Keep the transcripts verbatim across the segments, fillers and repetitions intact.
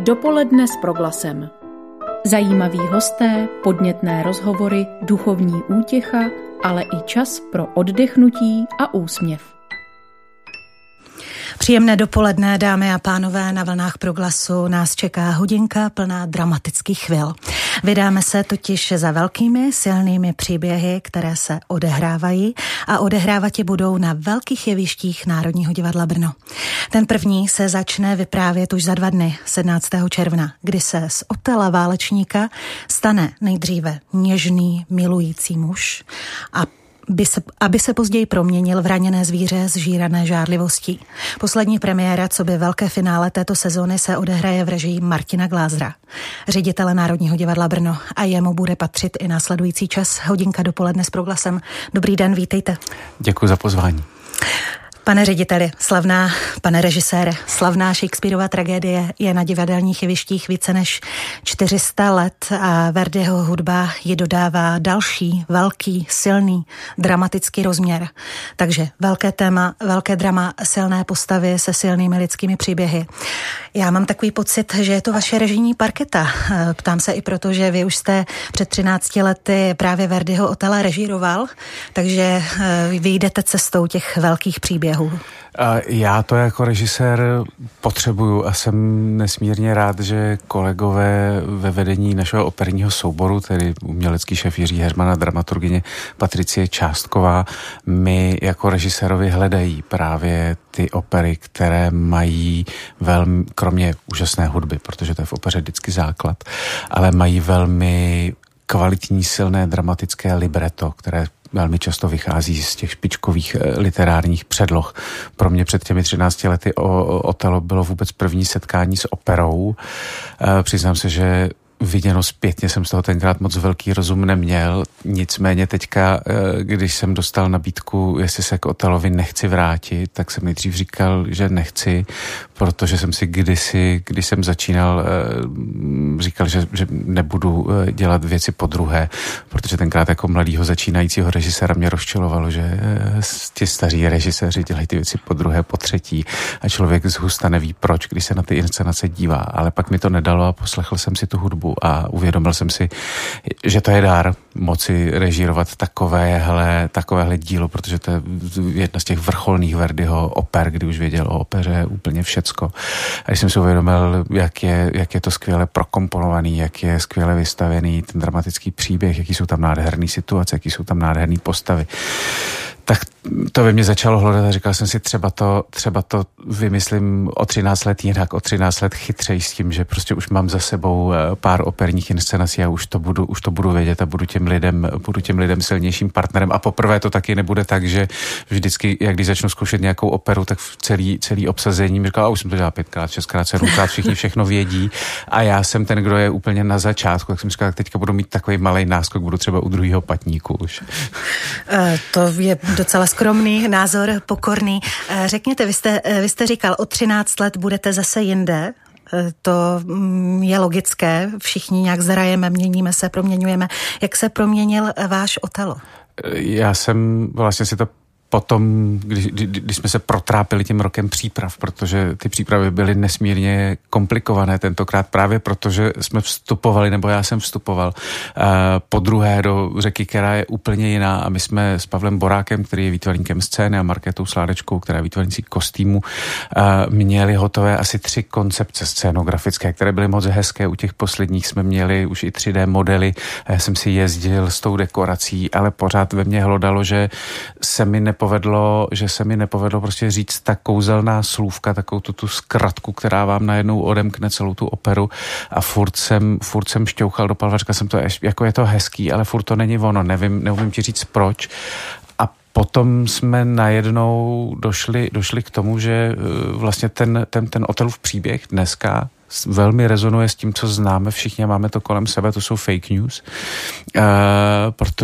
Dopoledne s Proglasem. Zajímaví hosté, podnětné rozhovory, duchovní útěcha, ale i čas pro oddechnutí a úsměv. Příjemné dopoledne, dámy a pánové, na vlnách Proglasu nás čeká hodinka plná dramatických chvil. Vydáme se totiž za velkými, silnými příběhy, které se odehrávají a odehrávat je budou na velkých jevištích Národního divadla Brno. Ten první se začne vyprávět už za dva dny, sedmnáctého června, kdy se z Otela válečníka stane nejdříve něžný, milující muž a By se, aby se později proměnil v raněné zvíře s žírané žárlivostí. Poslední premiéra, co by velké finále této sezóny, se odehraje v režii Martina Glázera, ředitele Národního divadla Brno, a jemu bude patřit i následující čas. Hodinka dopoledne s Proglasem. Dobrý den, vítejte. Děkuji za pozvání. Pane řediteli, slavná, pane režisére, slavná Shakespearova tragédie je na divadelních jevištích více než čtyři sta let a Verdiho hudba ji dodává další, velký, silný, dramatický rozměr. Takže velké téma, velké drama, silné postavy se silnými lidskými příběhy. Já mám takový pocit, že je to vaše režijní parketa. Ptám se i proto, že vy už jste před třinácti lety právě Verdiho Otela režíroval, takže vy jdete cestou těch velkých příběhů. Já to jako režisér potřebuju a jsem nesmírně rád, že kolegové ve vedení našeho operního souboru, tedy umělecký šéf Jiří Herman a dramaturgyně Patricie Částková, mi jako režisérovi hledají právě ty opery, které mají velmi, kromě úžasné hudby, protože to je v opeře vždycky základ, ale mají velmi kvalitní, silné, dramatické libreto, které velmi často vychází z těch špičkových literárních předloh. Pro mě před těmi třinácti lety o Otelo bylo vůbec první setkání s operou. Přiznám se, že viděno zpětně jsem z toho tenkrát moc velký rozum neměl, nicméně teďka, když jsem dostal nabídku, jestli se k Otelovi nechci vrátit, tak jsem nejdřív říkal, že nechci, protože jsem si kdysi, když jsem začínal, říkal, že, že nebudu dělat věci po druhé, protože tenkrát jako mladýho začínajícího režiséra mě rozčilovalo, že ti staří režiséři dělají ty věci po druhé, po třetí a člověk zhusta neví proč, když se na ty inscenace dívá, ale pak mi to nedalo a poslechl jsem si tu hudbu a uvědomil jsem si, že to je dár moci režírovat takovéhle, takovéhle dílo, protože to je jedna z těch vrcholných Verdiho oper, kdy už věděl o opeře úplně všecko. A když jsem si uvědomil, jak je, jak je to skvěle prokomponovaný, jak je skvěle vystavený ten dramatický příběh, jaký jsou tam nádherný situace, jaký jsou tam nádherný postavy, tak to ve mně začalo hledat a říkal jsem si, třeba to, třeba to vymyslím o třináct let jinak, o třináct let chytřej s tím, že prostě už mám za sebou pár operních inscenací a už to budu, už to budu vědět a budu těm lidem, budu těm lidem silnějším partnerem. A poprvé to taky nebude tak, že vždycky, jak když začnu zkoušet nějakou operu, tak v celý, celý obsazení mi říkal, a už jsem to dělal pětkrát, šestkrát, sedmkrát, všichni všechno vědí a já jsem ten, kdo je úplně na začátku, tak jsem říkal, tak teďka budu mít takový malej náskok, budu třeba u druhého patníku už. To je docela skromný názor, pokorný. Řekněte, vy jste, vy jste říkal, o třináct let budete zase jinde. To je logické, všichni nějak zrajeme, měníme se, proměňujeme. Jak se proměnil váš Otelo? Já jsem vlastně si to potom, když, když jsme se protrápili tím rokem příprav, protože ty přípravy byly nesmírně komplikované tentokrát právě protože jsme vstupovali, nebo já jsem vstupoval uh, po druhé do řeky, která je úplně jiná a my jsme s Pavlem Borákem, který je výtvarníkem scény a Markétou Sládečkou, která je výtvarnící kostýmu, uh, měli hotové asi tři koncepce scénografické, které byly moc hezké. U těch posledních jsme měli už i tři dé modely a já jsem si jezdil s tou dekorací, ale pořád ve mně hlodalo, že se mi nepo Povedlo, že se mi nepovedlo prostě říct ta kouzelná slůvka, takovou tu, tu zkratku, která vám najednou odemkne celou tu operu a furt jsem, furt jsem šťouchal do palvačka, jsem to, jako je to hezký, ale furt to není ono, nevím, neumím ti říct proč. A potom jsme najednou došli, došli k tomu, že vlastně ten, ten, ten Otelův příběh dneska velmi rezonuje s tím, co známe všichni a máme to kolem sebe, to jsou fake news, uh, protože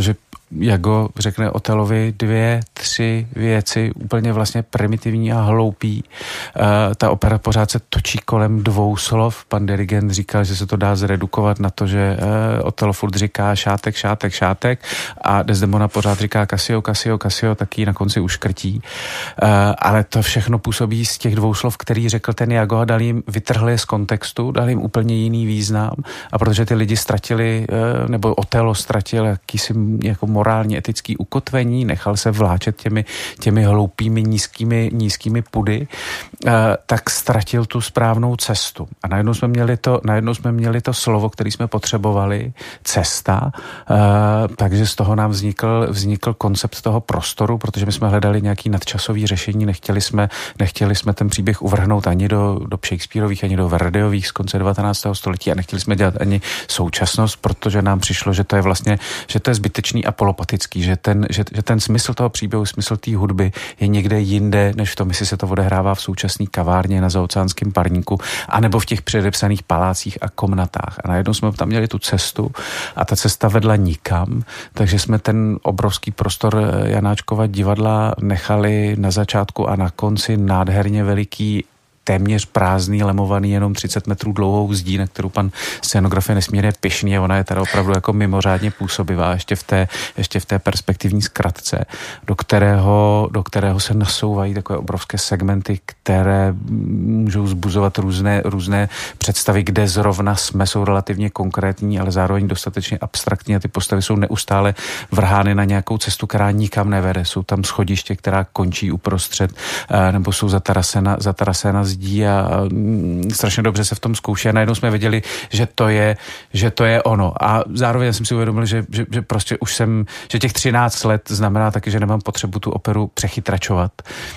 Jago řekne Otelovi dvě, tři věci, úplně vlastně primitivní a hloupý. Uh, ta opera pořád se točí kolem dvou slov. Pan dirigent říkal, že se to dá zredukovat na to, že uh, Otelo furt říká šátek, šátek, šátek a Desdemona pořád říká Cassio, Cassio, Cassio, taky na konci uškrtí. Uh, ale to všechno působí z těch dvou slov, který řekl ten Jago a dal jim, vytrhl je z kontextu, dal jim úplně jiný význam a protože ty lidi ztratili, uh, nebo Otelo ztratil jakýsi jako morálně etický ukotvení, nechal se vláčet těmi, těmi hloupými nízkými, nízkými pudy, uh, tak ztratil tu správnou cestu. A najednou jsme měli to, najednou jsme měli to slovo, který jsme potřebovali, cesta, uh, takže z toho nám vznikl, vznikl koncept toho prostoru, protože my jsme hledali nějaký nadčasový řešení, nechtěli jsme, nechtěli jsme ten příběh uvrhnout ani do, do Shakespeareových, ani do Verdiových z konce devatenáctého století a nechtěli jsme dělat ani současnost, protože nám přišlo, že to je vlastně, že to je zbytečný a polopatický, že ten, že, že ten smysl toho příběhu, smysl té hudby je někde jinde, než v tom, jestli se to odehrává v současné kavárně na zaoceánském parníku, anebo v těch předepsaných palácích a komnatách. A najednou jsme tam měli tu cestu a ta cesta vedla nikam, takže jsme ten obrovský prostor Janáčkova divadla nechali na začátku a na konci nádherně veliký, téměř prázdný, lemovaný, jenom třicet metrů dlouhou zdí, na kterou pan scenograf je nesmírně pyšný a ona je teda opravdu jako mimořádně působivá ještě v té, ještě v té perspektivní zkratce, do kterého, do kterého se nasouvají takové obrovské segmenty, které můžou zbuzovat různé, různé představy, kde zrovna jsme, jsou relativně konkrétní, ale zároveň dostatečně abstraktní a ty postavy jsou neustále vrhány na nějakou cestu, která nikam nevede. Jsou tam schodiště, která končí uprostřed, nebo jsou zatarasena, zatarasena zdí a strašně dobře se v tom zkouší a najednou jsme věděli, že to je, že to je ono. A zároveň jsem si uvědomil, že, že, že prostě už jsem, že těch třináct let znamená taky, že nemám potřebu tu operu přechytračovat,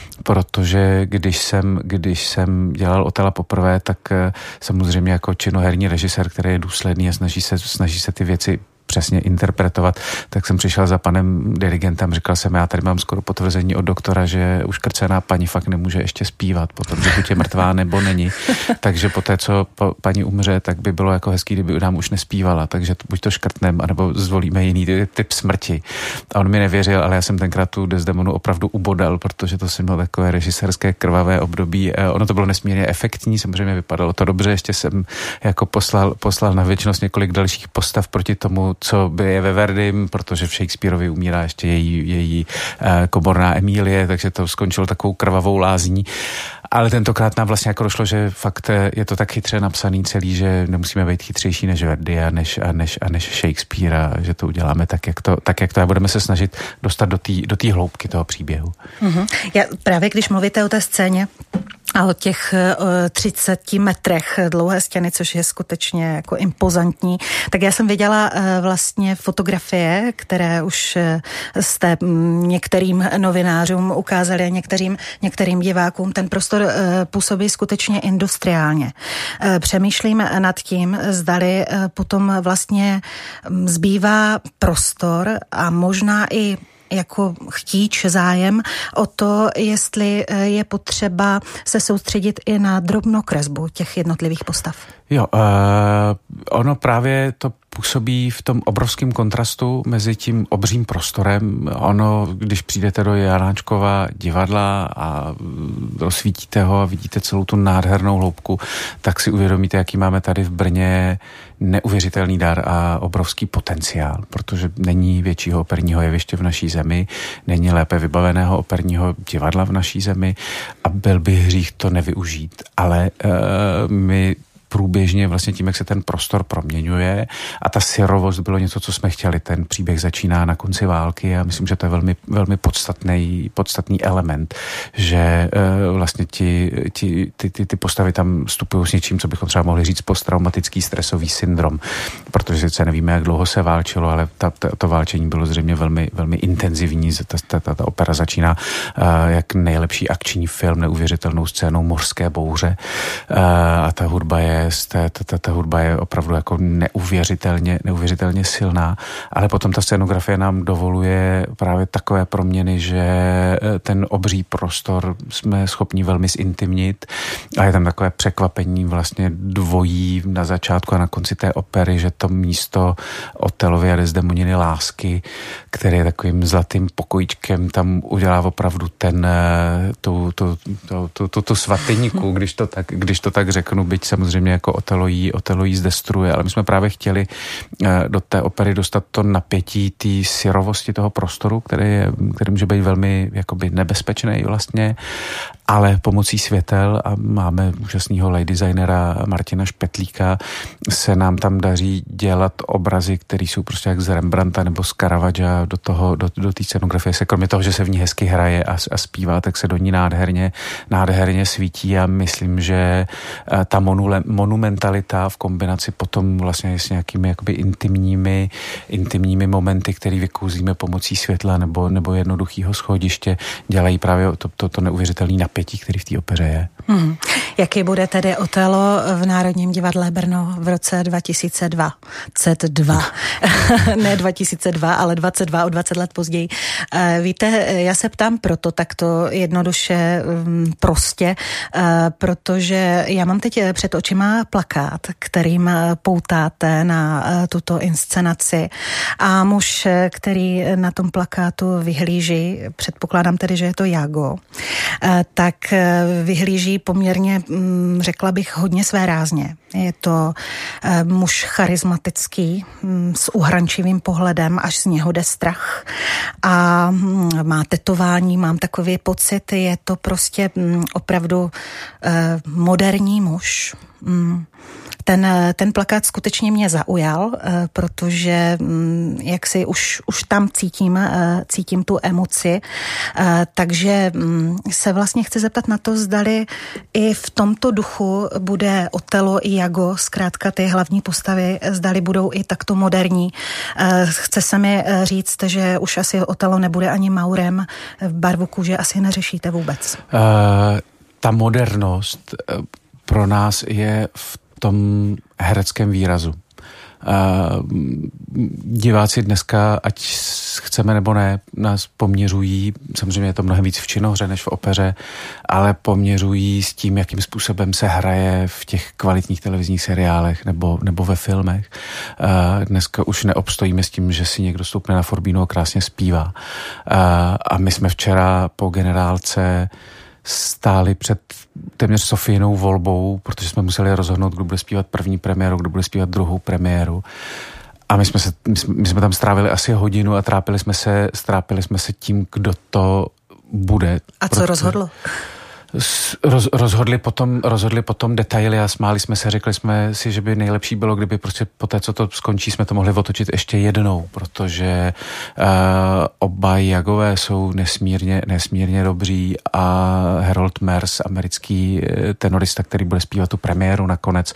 protože když jsem, když jsem dělal Otela poprvé, tak samozřejmě jako činoherní režisér, který je důsledný a snaží se, snaží se ty věci přesně interpretovat, tak jsem přišel za panem dirigentem, říkal jsem, já tady mám skoro potvrzení od doktora, že uškrcená paní fakt nemůže ještě zpívat, potom, že buď je mrtvá nebo není. Takže po té, co po, paní umře, tak by bylo jako hezký, kdyby nám už nespívala, takže buď to škrtneme, anebo zvolíme jiný typ smrti. A on mi nevěřil, ale já jsem tenkrát tu Desdemonu opravdu ubodal, protože to jsem měl takové režisérské krvavé období. Ono to bylo nesmírně efektní, samozřejmě vypadalo to dobře, ještě jsem jako poslal, poslal na věčnost několik dalších postav proti tomu, co by je ve Verdim, protože v Shakespeareovi umírá ještě její, její uh, komorná Emílie, takže to skončilo takovou krvavou lázní. Ale tentokrát nám vlastně jako došlo, že fakt je to tak chytře napsaný celý, že nemusíme být chytřejší než Verdi a než, a než, a než Shakespeare a že to uděláme tak, jak to, tak, jak to a budeme se snažit dostat do té do té hloubky toho příběhu. Mm-hmm. Já právě když mluvíte o té scéně a o těch třiceti metrech dlouhé stěny, což je skutečně jako impozantní, tak já jsem viděla vlastně fotografie, které už jste některým novinářům ukázali a některým, některým divákům. Ten prostor působí skutečně industriálně. Přemýšlím nad tím, zdali potom vlastně zbývá prostor a možná i jako chtíč, zájem o to, jestli je potřeba se soustředit i na drobnokresbu těch jednotlivých postav. Jo, uh, ono právě to působí v tom obrovském kontrastu mezi tím obřím prostorem. Ono, když přijdete do Janáčkova divadla a rozsvítíte ho a vidíte celou tu nádhernou hloubku, tak si uvědomíte, jaký máme tady v Brně neuvěřitelný dar a obrovský potenciál, protože není většího operního jeviště v naší zemi, není lépe vybaveného operního divadla v naší zemi a byl by hřích to nevyužít. Ale uh, my průběžně vlastně tím, jak se ten prostor proměňuje a ta syrovost bylo něco, co jsme chtěli. Ten příběh začíná na konci války a myslím, že to je velmi, velmi podstatný, podstatný element, že uh, vlastně ti, ti, ty, ty, ty postavy tam vstupují s něčím, co bychom třeba mohli říct posttraumatický stresový syndrom, protože sice nevíme, jak dlouho se válčilo, ale ta, ta, to válčení bylo zřejmě velmi, velmi intenzivní. Ta, ta, ta, ta opera začíná uh, jak nejlepší akční film, neuvěřitelnou scénou mořské bouře uh, a ta hudba je ta, ta, ta hudba je opravdu jako neuvěřitelně, neuvěřitelně silná, ale potom ta scenografie nám dovoluje právě takové proměny, že ten obří prostor jsme schopni velmi zintimnit a je tam takové překvapení vlastně dvojí na začátku a na konci té opery, že to místo Otelovy a Desdemoniny lásky, který je takovým zlatým pokojíčkem, tam udělá opravdu ten tu, tu, tu, tu, tu, tu svatyňku, když to tak, když to tak řeknu, byť samozřejmě jako Otelo jí, Otelo jí zdestruje, ale my jsme právě chtěli do té opery dostat to napětí té syrovosti toho prostoru, který, je, který může být velmi jakoby nebezpečný vlastně, ale pomocí světel a máme úžasného light designera Martina Špetlíka, se nám tam daří dělat obrazy, které jsou prostě jak z Rembrandta nebo z Caravaggia do toho, do, do té scenografie se, kromě toho, že se v ní hezky hraje a, a zpívá, tak se do ní nádherně, nádherně svítí a myslím, že ta monule, monumentalita v kombinaci potom vlastně s nějakými jakoby intimními, intimními momenty, které vykouzlíme pomocí světla nebo, nebo jednoduchého schodiště, dělají právě to, to, to neuvěřitelné napětí, který v té opeře je. Hmm. Jaký bude tedy Otelo v Národním divadle Brno v roce dva tisíce dvacet dva? Ne dva tisíce dva, ale dvacet dva, o dvacet let později. Víte, já se ptám proto takto jednoduše prostě, protože já mám teď před očima plakát, kterým poutáte na tuto inscenaci a muž, který na tom plakátu vyhlíží, předpokládám tedy, že je to Jago, tak vyhlíží poměrně, řekla bych, hodně svérázně. Je to muž charismatický, s uhrančivým pohledem, až z něho jde strach a má tetování, mám takový pocit, je to prostě opravdu moderní muž. Ten, ten plakát skutečně mě zaujal, protože jak si už, už tam cítím, cítím tu emoci, takže se vlastně chci zeptat na to, zdali i v tomto duchu bude Otelo i Jago, zkrátka ty hlavní postavy, zdali budou i takto moderní. Chce se mi říct, že už asi Otelo nebude ani Maurem, barvu kůže asi neřešíte vůbec. Uh, ta modernost pro nás je v tom hereckém výrazu. Uh, diváci dneska, ať chceme nebo ne, nás poměřují, samozřejmě je to mnohem víc v činohře než v opeře, ale poměřují s tím, jakým způsobem se hraje v těch kvalitních televizních seriálech nebo, nebo ve filmech. Uh, dneska už neobstojíme s tím, že si někdo stoupne na forbínu a krásně zpívá. Uh, a my jsme včera po generálce stáli před téměř Sofijnou volbou, protože jsme museli rozhodnout, kdo bude zpívat první premiéru, kdo bude zpívat druhou premiéru. A my jsme, se, my jsme, my jsme tam strávili asi hodinu a trápili jsme se, strápili jsme se tím, kdo to bude. A co proto rozhodlo? Roz, rozhodli, potom, rozhodli potom detaily a smáli jsme se, řekli jsme si, že by nejlepší bylo, kdyby prostě po té, co to skončí, jsme to mohli otočit ještě jednou, protože uh, oba Jagové jsou nesmírně, nesmírně dobří a Harold Mers, americký tenorista, který bude zpívat tu premiéru nakonec,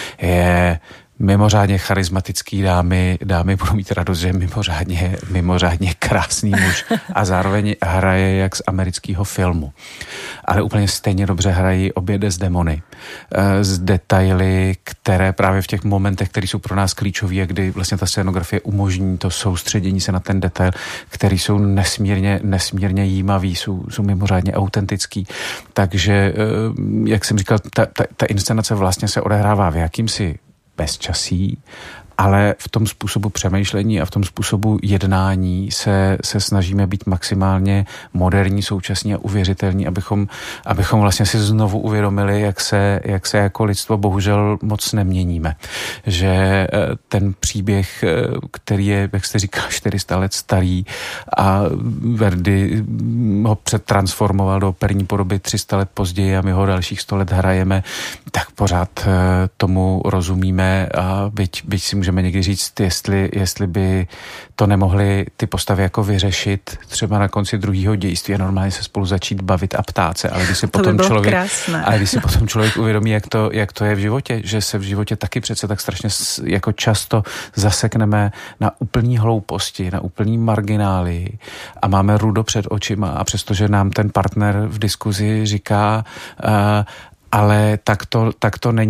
je mimořádně charismatický dámy, dámy budou mít radost, že je mimořádně, mimořádně krásný muž a zároveň hraje jak z amerického filmu. Ale úplně stejně dobře hrají obě Desdemony. Z detaily, které právě v těch momentech, které jsou pro nás klíčové, a kdy vlastně ta scénografie umožní to soustředění se na ten detail, který jsou nesmírně, nesmírně jímavý, jsou, jsou mimořádně autentický. Takže, jak jsem říkal, ta, ta, ta inscenace vlastně se odehrává v jakýmsi bezčasí, ale v tom způsobu přemýšlení a v tom způsobu jednání se, se snažíme být maximálně moderní, současní a uvěřitelní, abychom, abychom vlastně si znovu uvědomili, jak se, jak se jako lidstvo bohužel moc neměníme. Že ten příběh, který je, jak jste říkal, čtyři sta let starý a Verdi ho přetransformoval do operní podoby tři sta let později a my ho dalších sto let hrajeme, tak pořád tomu rozumíme a byť, byť si můžeme někdy říct, jestli, jestli by to nemohli ty postavy jako vyřešit třeba na konci druhého dějství a normálně se spolu začít bavit a ptát se, ale když si potom by člověk, krásné. ale když si potom člověk uvědomí, jak to, jak to je v životě, že se v životě taky přece tak strašně jako často zasekneme na úplný hlouposti, na úplný marginály a máme rudo před očima a přestože nám ten partner v diskuzi říká, uh, ale tak to, tak to není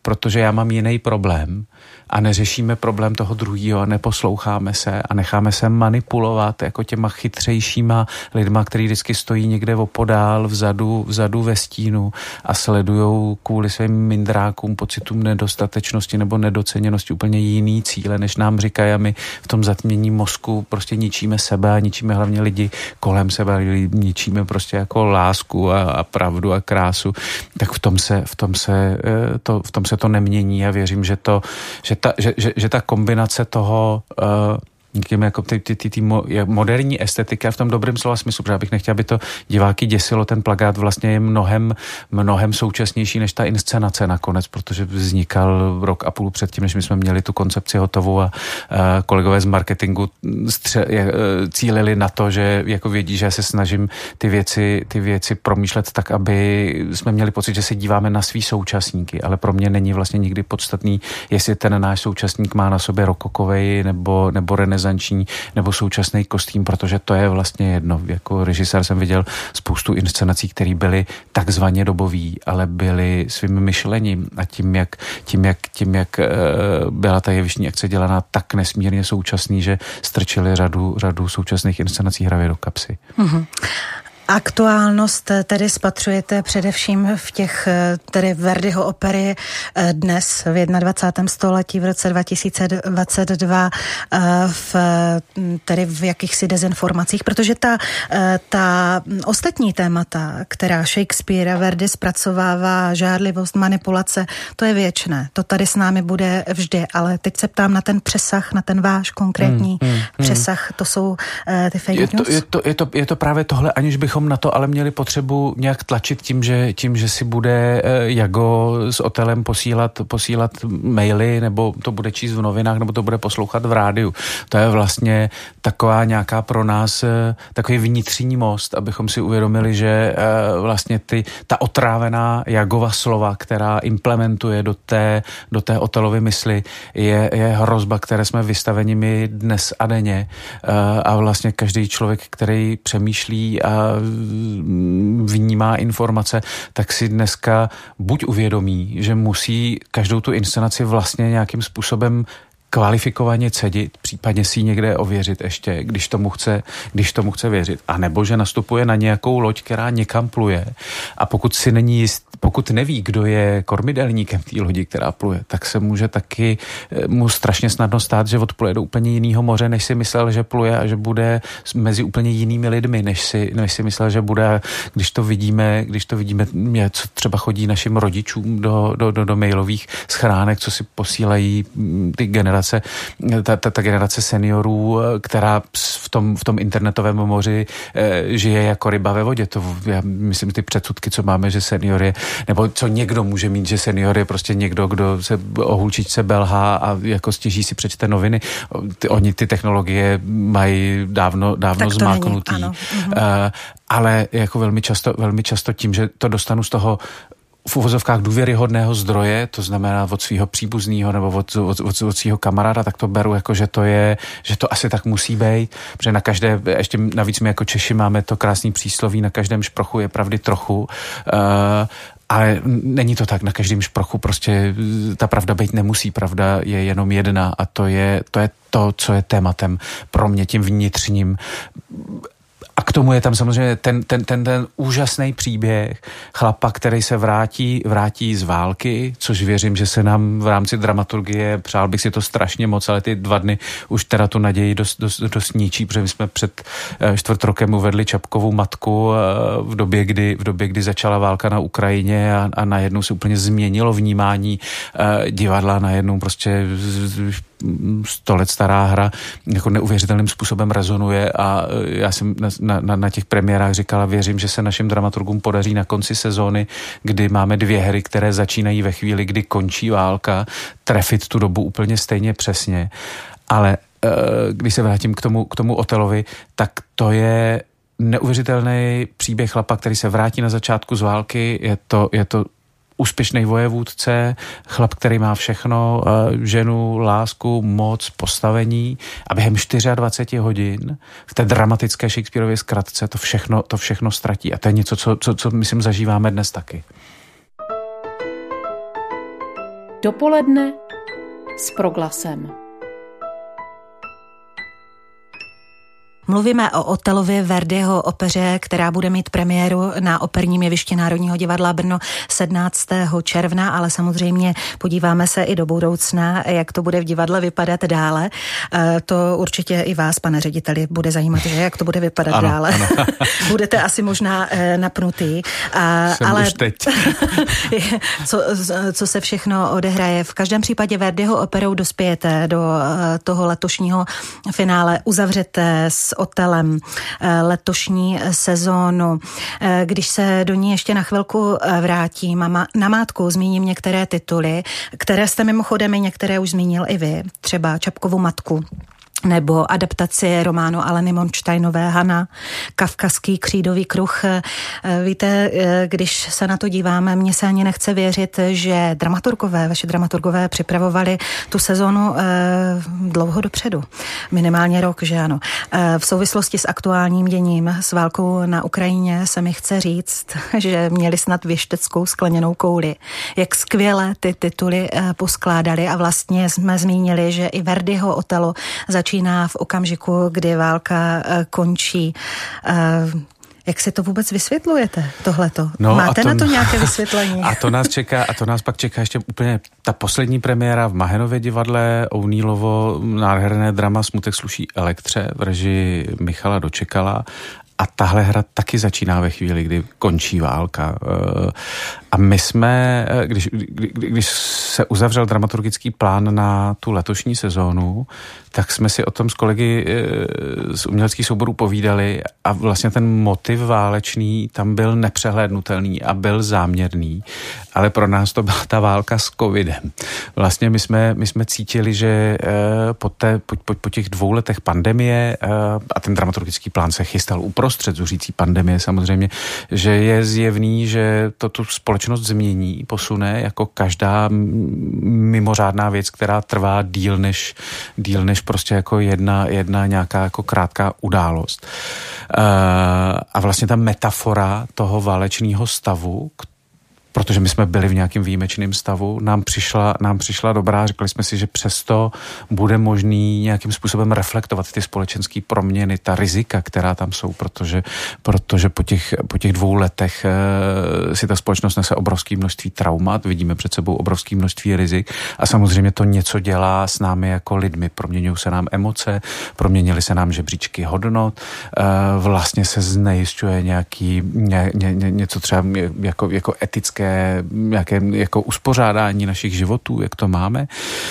protože já mám jiný problém a neřešíme problém toho druhého a neposloucháme se a necháme se manipulovat jako těma chytřejšíma lidma, který vždycky stojí někde opodál, vzadu, vzadu ve stínu a sledujou kvůli svým mindrákům, pocitům nedostatečnosti nebo nedoceněnosti úplně jiný cíle, než nám říkají, a my v tom zatmění mozku prostě ničíme sebe a ničíme hlavně lidi kolem sebe, ničíme prostě jako lásku a, a pravdu a krásu, tak v tom se, v tom se, to, v tom se to nemění a věřím, že to, že ta, že, že, že ta kombinace toho uh, někým jako ty, ty, ty, ty moderní estetiky a v tom dobrém slova smyslu, protože já bych nechtěl, aby to diváky děsilo, ten plakát vlastně je mnohem, mnohem současnější než ta inscenace nakonec, protože vznikal rok a půl předtím, než my jsme měli tu koncepci hotovou a, a kolegové z marketingu stře, je, cílili na to, že jako vědí, že já se snažím ty věci, ty věci promýšlet tak, aby jsme měli pocit, že se díváme na svý současníky, ale pro mě není vlastně nikdy podstatný, jestli ten náš současník má na sobě rokokovej nebo, nebo renesanční nebo současný kostým, protože to je vlastně jedno. Jako režisér jsem viděl spoustu inscenací, které byly takzvaně dobový, ale byly svým myšlením a tím, jak, tím, jak, tím, jak byla ta jevištní akce dělaná tak nesmírně současný, že strčili řadu, řadu současných inscenací hravě do kapsy. Mm-hmm. Aktuálnost tedy spatřujete především v těch tedy Verdiho opery dnes v dvacátém prvním století v roce dva tisíce dvacet dva v, tedy v jakýchsi dezinformacích, protože ta, ta ostatní témata, která Shakespeare a Verdi zpracovává, žárlivost, manipulace, to je věčné. To tady s námi bude vždy, ale teď se ptám na ten přesah, na ten váš konkrétní hmm, hmm, přesah, to jsou uh, ty fake je news? To, je, to, je, to, je to právě tohle, aniž bych na to ale měli potřebu nějak tlačit tím, že, tím, že si bude Jago s Otelem posílat, posílat maily, nebo to bude číst v novinách, nebo to bude poslouchat v rádiu. To je vlastně taková nějaká pro nás takový vnitřní most, abychom si uvědomili, že vlastně ty, ta otrávená Jagova slova, která implementuje do té, do té Otelovy mysli, je, je hrozba, které jsme vystaveni my dnes a denně. A vlastně každý člověk, který přemýšlí a vnímá informace, tak si dneska buď uvědomí, že musí každou tu inscenaci vlastně nějakým způsobem kvalifikovaně cedit, případně si ji někde ověřit ještě, když tomu chce, když tomu chce věřit. A nebo že nastupuje na nějakou loď, která někam pluje. A pokud si není jist, pokud neví, kdo je kormidelníkem té lodi, která pluje, tak se může taky mu strašně snadno stát, že odpluje do úplně jiného moře, než si myslel, že pluje a že bude mezi úplně jinými lidmi, než si, než si myslel, že bude. Když to vidíme, když to vidíme, co třeba chodí našim rodičům do, do, do, do mailových schránek, co si posílají ty generace, ta, ta, ta generace seniorů, která v tom, v tom internetovém moři e, žije jako ryba ve vodě. To, já myslím, ty předsudky, co máme, že senior je, nebo co někdo může mít, že senior je prostě někdo, kdo se o hulčičce belhá a jako stěží si přečte noviny. Ty, oni ty technologie mají dávno, dávno zmáknutý. Není, uh, ale jako velmi často, velmi často tím, že to dostanu z toho v uvozovkách důvěryhodného zdroje, to znamená od svého příbuzného nebo od, od, od, od svého kamaráda, tak to beru jako, že to je, že to asi tak musí být, protože na každé, ještě navíc my jako Češi máme to krásný přísloví, na každém šprochu je pravdy trochu, uh, ale není to tak, na každém šprochu prostě ta pravda být nemusí, pravda je jenom jedna a to je to, je to co je tématem pro mě tím vnitřním. A k tomu je tam samozřejmě ten, ten, ten, ten úžasný příběh chlapa, který se vrátí, vrátí z války, což věřím, že se nám v rámci dramaturgie, přál bych si to strašně moc, ale ty dva dny už teda tu naději dost, dost, dost ničí, protože my jsme před čtvrt rokem uvedli Čapkovou matku v době, kdy, v době, kdy začala válka na Ukrajině a, a najednou se úplně změnilo vnímání divadla, najednou prostě sto let stará hra jako neuvěřitelným způsobem rezonuje a já jsem na, na, na těch premiérách říkala, věřím, že se našim dramaturgům podaří na konci sezóny, kdy máme dvě hry, které začínají ve chvíli, kdy končí válka, trefit tu dobu úplně stejně přesně. Ale když se vrátím k tomu, k tomu Otelovi, tak to je neuvěřitelný příběh chlapa, který se vrátí na začátku z války, je to, je to úspěšný vojevůdce, chlap, který má všechno, ženu, lásku, moc, postavení a během dvacet čtyři hodin v té dramatické Shakespearově zkratce to všechno, to všechno ztratí. A to je něco, co, co, co myslím zažíváme dnes taky. Dopoledne s Proglasem. Mluvíme o Otelově Verdiho opeře, která bude mít premiéru na Operním jevišti Národního divadla Brno sedmnáctého června, ale samozřejmě podíváme se i do budoucna, jak to bude v divadle vypadat dále. To určitě i vás, pane řediteli, bude zajímat, že jak to bude vypadat ano, dále. Ano. Budete asi možná napnutý. Jsem ale už teď. co, co se všechno odehraje. V každém případě Verdiho operou dospějete do toho letošního finále, uzavřete s Otelem letošní sezónu. Když se do ní ještě na chvilku vrátím a namátkou zmíním některé tituly, které jste mimochodem i některé už zmínil i vy, třeba Čapkovu matku, nebo adaptaci románu Aleny Monštejnové Hana, Kafkaský křídový kruh. Víte, když se na to díváme, mně se ani nechce věřit, že dramaturgové, vaši dramaturgové připravovali tu sezonu dlouho dopředu. Minimálně rok, že ano. V souvislosti s aktuálním děním, s válkou na Ukrajině, se mi chce říct, že měli snad věšteckou skleněnou kouli. Jak skvěle ty tituly poskládali a vlastně jsme zmínili, že i Verdiho Otelo začíná v okamžiku, kdy válka končí. Jak si to vůbec vysvětlujete, tohleto? No, Máte to, na to nějaké vysvětlení? A to nás čeká, a to nás pak čeká ještě úplně ta poslední premiéra v Mahenově divadle, O'Neillovo nádherné drama Smutek sluší Elektře v režii Michala Dočekala. A tahle hra taky začíná ve chvíli, kdy končí válka. A my jsme, když, když se uzavřel dramaturgický plán na tu letošní sezónu, tak jsme si o tom s kolegy z uměleckých souborů povídali a vlastně ten motiv válečný tam byl nepřehlédnutelný a byl záměrný, ale pro nás to byla ta válka s covidem. Vlastně my jsme, my jsme cítili, že po, té, po, po, po těch dvou letech pandemie a ten dramaturgický plán se chystal uprostřed zuřící pandemie samozřejmě, že je zjevný, že to tu společnost změní, posune jako každá mimořádná věc, která trvá díl než, díl než prostě jako jedna, jedna nějaká jako krátká událost. A vlastně ta metafora toho válečného stavu, protože my jsme byli v nějakém výjimečném stavu, nám přišla, nám přišla dobrá, řekli jsme si, že přesto bude možný nějakým způsobem reflektovat ty společenské proměny, ta rizika, která tam jsou, protože, protože po, těch, po těch dvou letech e, si ta společnost nese obrovské množství traumat, vidíme před sebou obrovské množství rizik a samozřejmě to něco dělá s námi jako lidmi. Proměňují se nám emoce, proměnily se nám žebříčky hodnot, e, vlastně se znejisťuje nějaký, ně, ně, ně, něco třeba jako, jako etické nějaké jako uspořádání našich životů, jak to máme.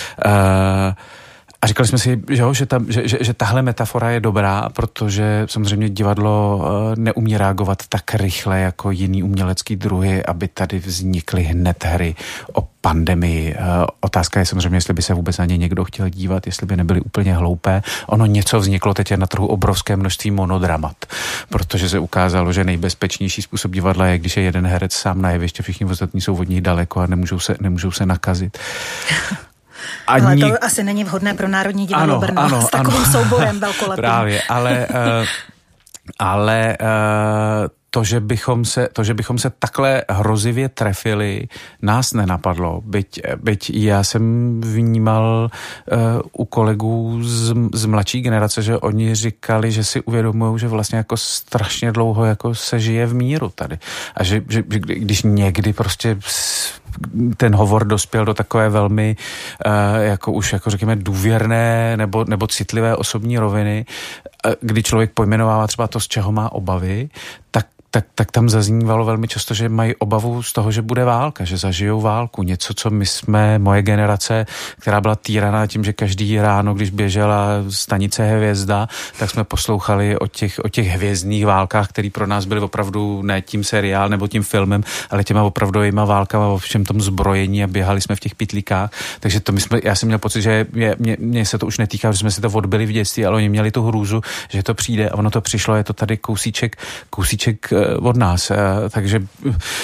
A říkali jsme si, že, jo, že, ta, že, že, že tahle metafora je dobrá, protože samozřejmě divadlo neumí reagovat tak rychle jako jiný umělecký druhy, aby tady vznikly hned hry o pandemii. Otázka je samozřejmě, jestli by se vůbec na ně někdo chtěl dívat, jestli by nebyly úplně hloupé. Ono něco vzniklo, teď je na trhu obrovské množství monodramat, protože se ukázalo, že nejbezpečnější způsob divadla je, když je jeden herec sám na jevišti, všichni ostatní jsou od nich daleko a nemůžou se, nemůžou se nakazit. Ani... Ale to asi není vhodné pro Národní divadlo ano, Brno ano, s takovým ano. souborem velkolepým. Právě, ale, uh, ale uh, to, že bychom se, to, že bychom se takhle hrozivě trefili, nás nenapadlo. Byť, byť já jsem vnímal uh, u kolegů z, z mladší generace, že oni říkali, že si uvědomují, že vlastně jako strašně dlouho jako se žije v míru tady. A že, že, že když někdy prostě ten hovor dospěl do takové velmi uh, jako už jako řekněme důvěrné nebo, nebo citlivé osobní roviny, uh, kdy člověk pojmenovává třeba to, z čeho má obavy, tak Tak, tak tam zaznívalo velmi často, že mají obavu z toho, že bude válka, že zažijou válku. Něco, co my jsme, moje generace, která byla týraná tím, že každý ráno, když běžela stanice Hvězda, tak jsme poslouchali o těch, o těch hvězdných válkách, které pro nás byly opravdu ne tím seriál nebo tím filmem, ale těma opravdovýma válkama o všem tom zbrojení a běhali jsme v těch pitlíkách. Takže to my jsme, já jsem měl pocit, že mě, mě, mě se to už netýká, že jsme si to odbyli v dětství, ale oni měli tu hrůzu, že to přijde a ono to přišlo, je to tady kousíček, kousíček od nás. Takže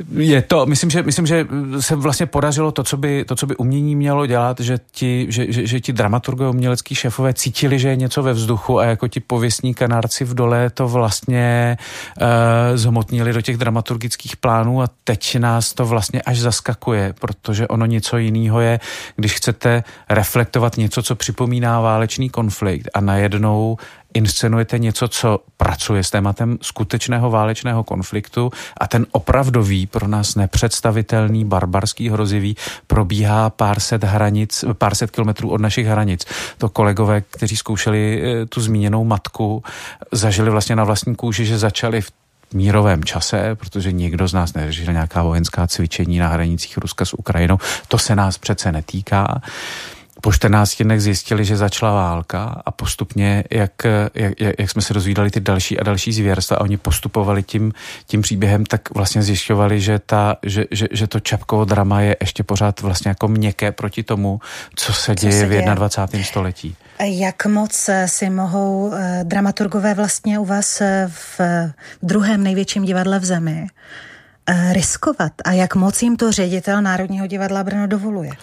Je to, myslím, že, myslím, že se vlastně podařilo to, co by, to, co by umění mělo dělat, že ti, že, že, že ti dramaturgové, umělecký šéfové cítili, že je něco ve vzduchu a jako ti pověstní kanárci v dole to vlastně uh, zhmotnili do těch dramaturgických plánů a teď nás to vlastně až zaskakuje, protože ono něco jiného je, když chcete reflektovat něco, co připomíná válečný konflikt a najednou inscenujete něco, co pracuje s tématem skutečného válečného konfliktu a ten opravdový, pro nás nepředstavitelný, barbarský, hrozivý, probíhá pár set hranic, pár set kilometrů od našich hranic. To kolegové, kteří zkoušeli tu zmíněnou matku, zažili vlastně na vlastní kůži, že začali v mírovém čase, protože nikdo z nás neřešil nějaká vojenská cvičení na hranicích Ruska s Ukrajinou. To se nás přece netýká. Po čtrnácti dnech zjistili, že začala válka a postupně, jak, jak, jak jsme se dozvídali ty další a další zvěrstva a oni postupovali tím, tím příběhem, tak vlastně zjišťovali, že, ta, že, že, že to Čapkovo drama je ještě pořád vlastně jako měkké proti tomu, co se co děje se v dvacátém prvním století. Jak moc si mohou dramaturgové vlastně u vás v druhém největším divadle v zemi riskovat a jak moc jim to ředitel Národního divadla Brno dovoluje?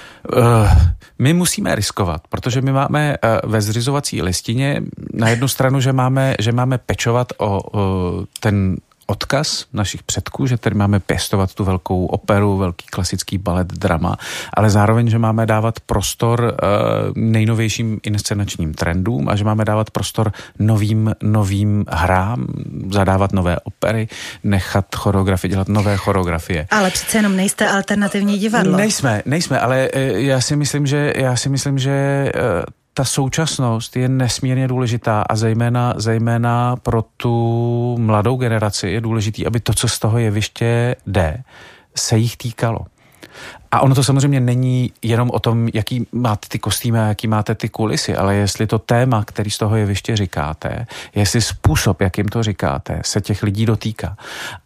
My musíme riskovat, protože my máme ve zřizovací listině na jednu stranu, že máme, že máme pečovat o, o ten odkaz našich předků, že tady máme pěstovat tu velkou operu, velký klasický balet, drama, ale zároveň, že máme dávat prostor uh, nejnovějším inscenačním trendům a že máme dávat prostor novým, novým hrám, zadávat nové opery, nechat choreografii, dělat nové choreografie. Ale přece jenom nejste alternativní divadlo. Nejsme, nejsme, ale uh, já si myslím, že já si myslím, že uh, ta současnost je nesmírně důležitá a zejména, zejména pro tu mladou generaci je důležitý, aby to, co z toho jeviště jde, se jich týkalo. A ono to samozřejmě není jenom o tom, jaký máte ty kostýmy a jaký máte ty kulisy, ale jestli to téma, který z toho jeviště říkáte, jestli způsob, jakým to říkáte, se těch lidí dotýká.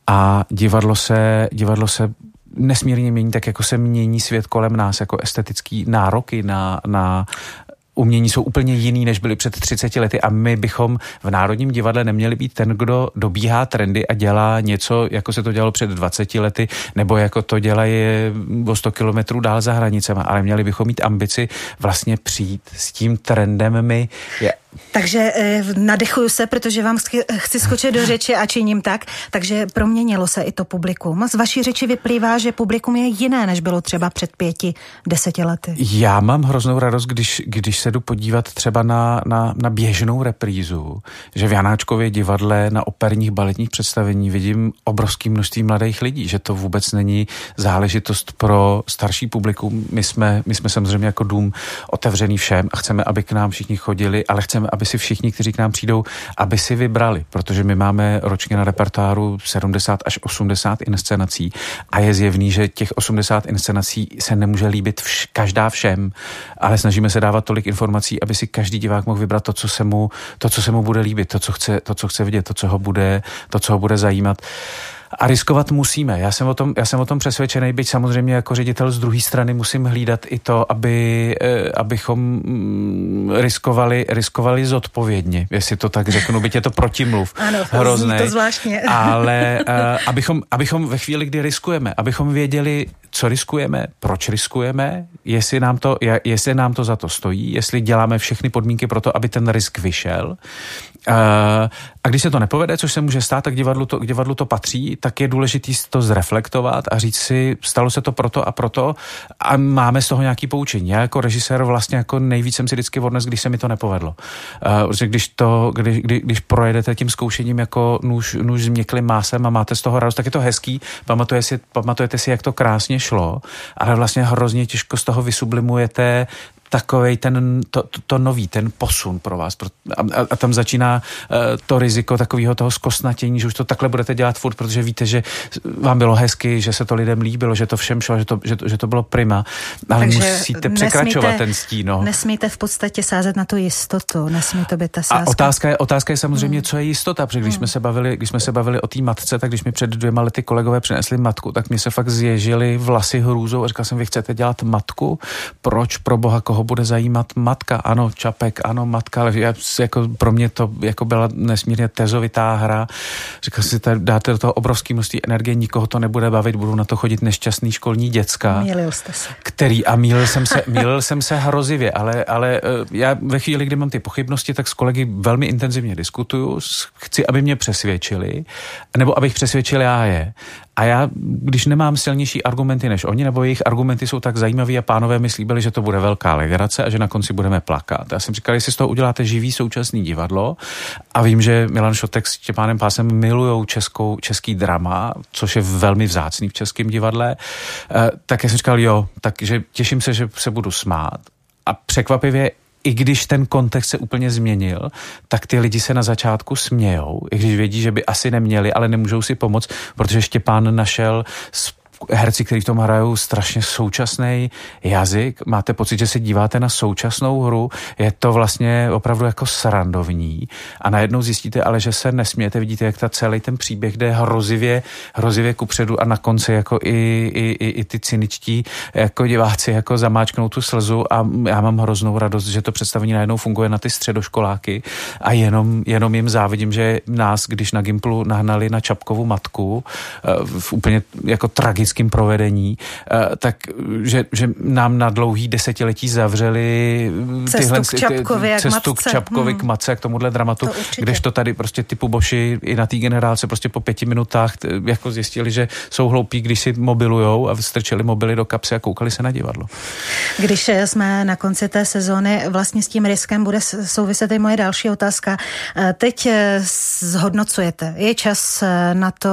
A divadlo se, divadlo se nesmírně mění, tak jako se mění svět kolem nás, jako estetický nároky na, na umění jsou úplně jiný, než byly před třiceti lety a my bychom v Národním divadle neměli být ten, kdo dobíhá trendy a dělá něco, jako se to dělalo před dvaceti lety, nebo jako to dělají o sto kilometrů dál za hranicema, ale měli bychom mít ambici vlastně přijít s tím trendem my. Je... Takže eh, nadechuju se, protože vám chci, chci skočit do řeči a činím tak, takže proměnilo se i to publikum. Z vaší řeči vyplývá, že publikum je jiné, než bylo třeba před pěti, deseti lety. Já mám hroznou radost, když, když se jdu podívat třeba na, na, na běžnou reprízu, že v Janáčkově divadle na operních baletních představení vidím obrovské množství mladých lidí, že to vůbec není záležitost pro starší publikum. My jsme, my jsme samozřejmě jako dům otevřený všem a chceme, aby k nám všichni chodili, ale chceme, aby si všichni, kteří k nám přijdou, aby si vybrali, protože my máme ročně na repertoáru sedmdesát až osmdesát inscenací a je zjevný, že těch osmdesát inscenací se nemůže líbit vš- každá všem, ale snažíme se dávat tolik informací, aby si každý divák mohl vybrat to, co se mu, to, co se mu bude líbit, to, co chce, to, co chce vidět, to, co ho bude, to, co ho bude zajímat. A riskovat musíme. Já jsem o tom, já jsem o tom přesvědčený, byť samozřejmě jako ředitel z druhé strany musím hlídat i to, aby, eh, abychom riskovali, riskovali zodpovědně, jestli to tak řeknu, byť je to protimluv. Ano, hrozné. To zvláštně. Ale eh, abychom, abychom ve chvíli, kdy riskujeme, abychom věděli, co riskujeme, proč riskujeme, jestli nám to, jestli nám to za to stojí, jestli děláme všechny podmínky pro to, aby ten risk vyšel. Uh, a když se to nepovede, což se může stát, tak divadlu to, k divadlu to patří, tak je důležitý to zreflektovat a říct si, stalo se to proto a proto a máme z toho nějaký poučení. Já jako režisér vlastně jako nejvíc jsem si vždycky odnes, když se mi to nepovedlo. Uh, protože když, to, když, když, když projedete tím zkoušením jako nůž, nůž s měkklým másem a máte z toho radost, tak je to hezký, pamatujete si, pamatujete si, jak to krásně šlo, ale vlastně hrozně těžko z toho vysublimujete takovej ten, to, to, to nový, ten posun pro vás. A, a, a tam začíná uh, to riziko takového toho zkostnatění, že už to takhle budete dělat furt, protože víte, že vám bylo hezky, že se to lidem líbilo, že to všem šlo, že to, že to, že to bylo prima. Ale takže musíte překračovat nesmíte, ten stín. No. Nesmíte v podstatě sázet na tu jistotu, nesmí to být ta sázka. A otázka je, otázka je samozřejmě, hmm. co je jistota, protože když, hmm. jsme se bavili, když jsme se bavili o té matce, tak když mi před dvěma lety kolegové přinesli matku, tak mi se fakt zježili vlasy hrůzou a říkal jsem, vy chcete dělat matku? Proč pro boha koho koho bude zajímat matka, ano, Čapek, ano, matka, ale já, jako pro mě to jako byla nesmírně tezovitá hra. Říkal si, tady dáte do toho obrovské množství energie, nikoho to nebude bavit, budou na to chodit nešťastný školní děcka. Mýlil jste se. Který, a mýlil jsem se, mýlil jsem se hrozivě, ale, ale já ve chvíli, kdy mám ty pochybnosti, tak s kolegy velmi intenzivně diskutuju, chci, aby mě přesvědčili, nebo abych přesvědčil já je. A já, když nemám silnější argumenty než oni, nebo jejich argumenty jsou tak zajímaví a pánové mi slíbili, že to bude velká legrace a že na konci budeme plakat. Já jsem říkal, jestli z toho uděláte živý současný divadlo, a vím, že Milan Šotek s Štěpánem Pásem milujou českou, český drama, což je velmi vzácný v českém divadle, tak já jsem říkal, jo, takže těším se, že se budu smát. A překvapivě, i když ten kontext se úplně změnil, tak ty lidi se na začátku smějou, i když vědí, že by asi neměli, ale nemůžou si pomoct, protože Štěpán našel herci, kteří v tom hrajou strašně současný jazyk. Máte pocit, že se díváte na současnou hru, je to vlastně opravdu jako srandovní a najednou zjistíte ale, že se nesmějete, vidíte, jak ta celý ten příběh jde hrozivě, hrozivě kupředu a na konci jako i, i, i, i ty cyničtí jako diváci jako zamáčknou tu slzu a já mám hroznou radost, že to představení najednou funguje na ty středoškoláky a jenom, jenom jim závidím, že nás, když na Gimplu nahnali na Čapkovu matku v úplně jako tragickém provedení, tak že, že nám na dlouhý desetiletí zavřeli cestu tyhle, k Čapkovi, ty, cestu k, k Čapkovi, hmm. k matce, k tomuhle dramatu, kdežto tady prostě typu Boši i na té generálce prostě po pěti minutách jako zjistili, že jsou hloupí, když si mobilujou a strčeli mobily do kapsy a koukali se na divadlo. Když jsme na konci té sezóny, vlastně s tím riskem bude souviset i moje další otázka. Teď zhodnocujete. Je čas na to,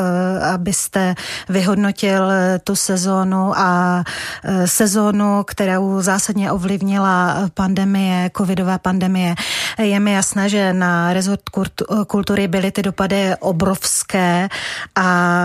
abyste vyhodnotili tu sezónu a sezónu, kterou zásadně ovlivnila pandemie, covidová pandemie. Je mi jasné, že na rezort kultury byly ty dopady obrovské a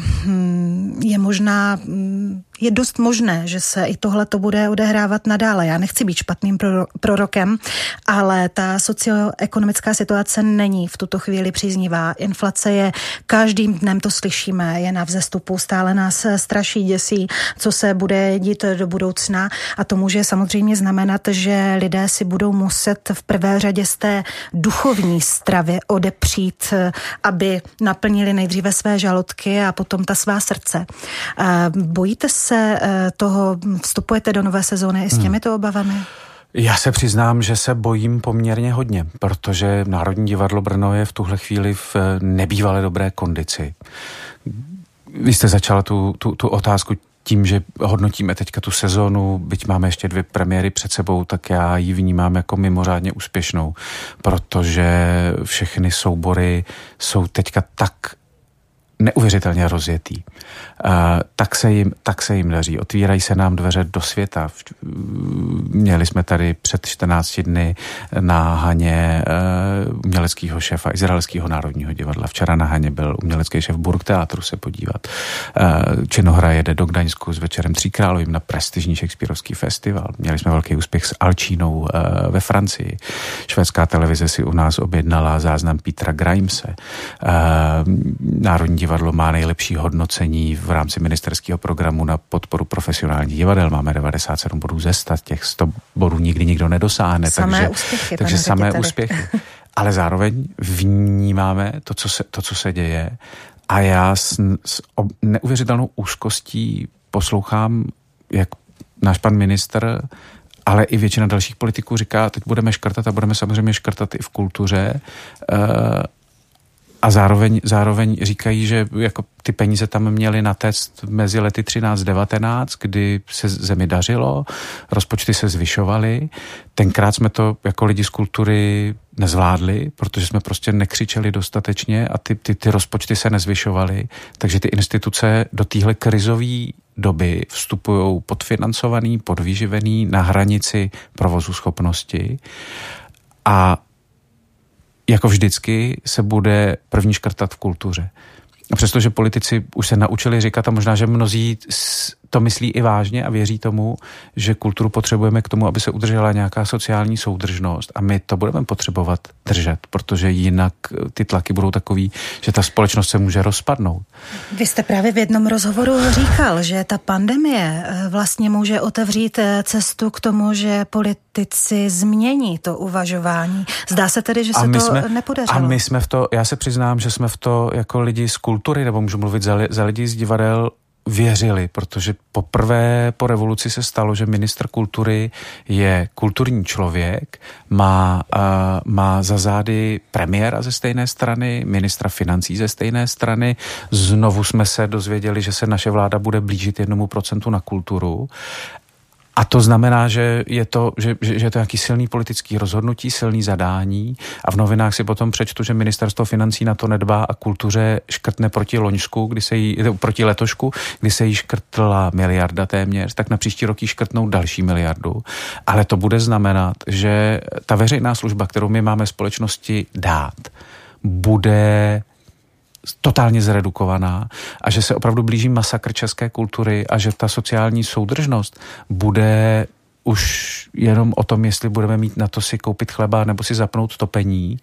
je možná, je dost možné, že se i tohle to bude odehrávat nadále. Já nechci být špatným prorokem, ale ta socioekonomická situace není v tuto chvíli příznivá. Inflace je, každým dnem to slyšíme, je na vzestupu, stále nás straší, děsí, co se bude dít do budoucna a to může samozřejmě znamenat, že lidé si budou muset v prvé řadě z té duchovní stravy odepřít, aby naplnili nejdříve své žaludky a potom ta svá srdce. Bojíte se toho, vstupujete do nové sezóny i s těmito obavami? Já se přiznám, že se bojím poměrně hodně, protože Národní divadlo Brno je v tuhle chvíli v nebývalé dobré kondici. Vy jste začala tu, tu, tu otázku tím, že hodnotíme teďka tu sezónu, byť máme ještě dvě premiéry před sebou, tak já ji vnímám jako mimořádně úspěšnou, protože všechny soubory jsou teďka tak neuvěřitelně rozjetý. Uh, tak, se jim, tak se jim daří. Otvírají se nám dveře do světa. Měli jsme tady před čtrnácti dny na Haně uh, uměleckého šéfa Izraelského národního divadla. Včera na Haně byl umělecký šéf Burgteatru se podívat. Uh, Činohra jede do Gdaňsku s Večerem tří královým na prestižní Shakespearovský festival. Měli jsme velký úspěch s Alčínou uh, ve Francii. Švédská televize si u nás objednala záznam Petra Grimese. Uh, Národní divadlo má nejlepší hodnocení v rámci ministerského programu na podporu profesionálních divadel. Máme devadesát sedm bodů ze sta, těch sto bodů nikdy nikdo nedosáhne. Samé takže úspěchy. Takže samé úspěchy. Ale zároveň vnímáme to, co se, to, co se děje a já s, s ob, neuvěřitelnou úzkostí poslouchám, jak náš pan ministr, ale i většina dalších politiků říká, teď budeme škrtat a budeme samozřejmě škrtat i v kultuře. Uh, A zároveň, zároveň říkají, že jako ty peníze tam měly natéct mezi lety třináct devatenáct, kdy se zemi dařilo, rozpočty se zvyšovaly. Tenkrát jsme to jako lidi z kultury nezvládli, protože jsme prostě nekřičeli dostatečně a ty, ty, ty rozpočty se nezvyšovaly. Takže ty instituce do téhle krizové doby vstupují podfinancovaný, podvyživený, na hranici provozu schopnosti a jako vždycky se bude první škrtat v kultuře. A přestože politici už se naučili říkat, a možná, že mnozí to myslí i vážně a věří tomu, že kulturu potřebujeme k tomu, aby se udržela nějaká sociální soudržnost a my to budeme potřebovat držet, protože jinak ty tlaky budou takový, že ta společnost se může rozpadnout. Vy jste právě v jednom rozhovoru říkal, že ta pandemie vlastně může otevřít cestu k tomu, že politici změní to uvažování. Zdá se tedy, že se to jsme, nepodařilo. A my jsme v to, já se přiznám, že jsme v to jako lidi z kultury, nebo můžu mluvit za, za lidi z divadel, věřili, protože poprvé po revoluci se stalo, že ministr kultury je kulturní člověk, má, uh, má za zády premiéra ze stejné strany, ministra financí ze stejné strany. Znovu jsme se dozvěděli, že se naše vláda bude blížit jednomu procentu na kulturu. A to znamená, že je to, že, že, že je to nějaký silný politický rozhodnutí, silný zadání a v novinách si potom přečtu, že ministerstvo financí na to nedbá a kultuře škrtne proti loňsku, kdy se jí, proti letošku, kdy se jí škrtla miliarda téměř, tak na příští rok jí škrtnou další miliardu. Ale to bude znamenat, že ta veřejná služba, kterou my máme společnosti dát, bude totálně zredukovaná a že se opravdu blíží masakr české kultury a že ta sociální soudržnost bude už jenom o tom, jestli budeme mít na to si koupit chleba nebo si zapnout topení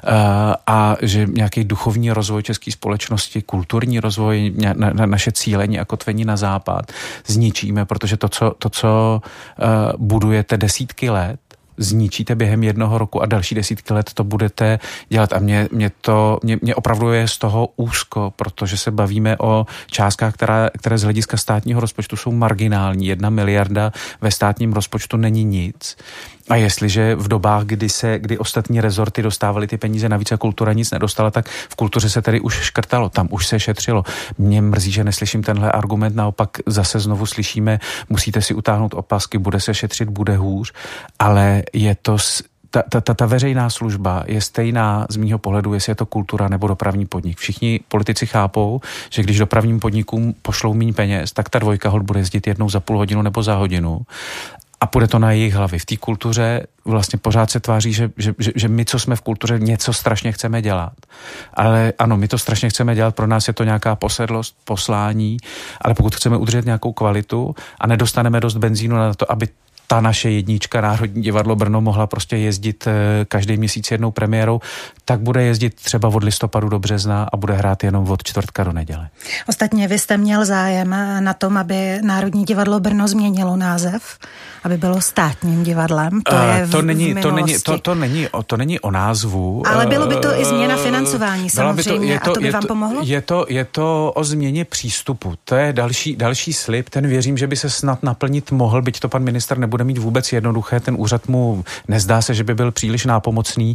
a že nějaký duchovní rozvoj české společnosti, kulturní rozvoj, na, na, naše cílení a kotvení na západ zničíme, protože to, co, to, co budujete desítky let, zničíte během jednoho roku a další desítky let to budete dělat. A mě, mě to, mě, mě opravdu je z toho úzko, protože se bavíme o částkách, která, které z hlediska státního rozpočtu jsou marginální. Jedna miliarda ve státním rozpočtu není nic. A jestliže v dobách, kdy se, kdy ostatní rezorty dostávaly ty peníze navíc a kultura nic nedostala, tak v kultuře se tedy už škrtalo, tam už se šetřilo. Mě mrzí, že neslyším tenhle argument, naopak zase znovu slyšíme, musíte si utáhnout opasky, bude se šetřit, bude hůř, ale je to... Ta, ta, ta, ta veřejná služba je stejná z mýho pohledu, jestli je to kultura nebo dopravní podnik. Všichni politici chápou, že když dopravním podnikům pošlou míň peněz, tak ta dvojka hod bude jezdit jednou za půl hodinu nebo za hodinu. A půjde to na jejich hlavy. V té kultuře vlastně pořád se tváří, že, že, že, že my, co jsme v kultuře, něco strašně chceme dělat. Ale ano, my to strašně chceme dělat, pro nás je to nějaká posedlost, poslání, ale pokud chceme udržet nějakou kvalitu a nedostaneme dost benzínu na to, aby ta naše jednička Národní divadlo Brno mohla prostě jezdit každý měsíc jednou premiérou, tak bude jezdit třeba od listopadu do března a bude hrát jenom od čtvrtka do neděle. Ostatně vy jste měl zájem na tom, aby Národní divadlo Brno změnilo název, aby bylo státním divadlem. To je v, to není, v to není, to, to není, o, to není o názvu. Ale bylo by to i změna financování samozřejmě. To, to, a to by vám to, pomohlo? Je to, je to o změně přístupu. To je další, další slib. Ten věřím, že by se snad naplnit mohl, byť to pan ministr nebude mít vůbec jednoduché. Ten úřad mu nezdá se, že by byl příliš nápomocný.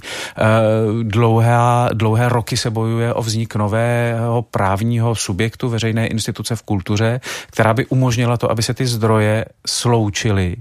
Dlouhé, dlouhé roky se bojuje o vznik nového právního subjektu veřejné instituce v kultuře, která by umožnila to, aby se ty zdroje sloučily,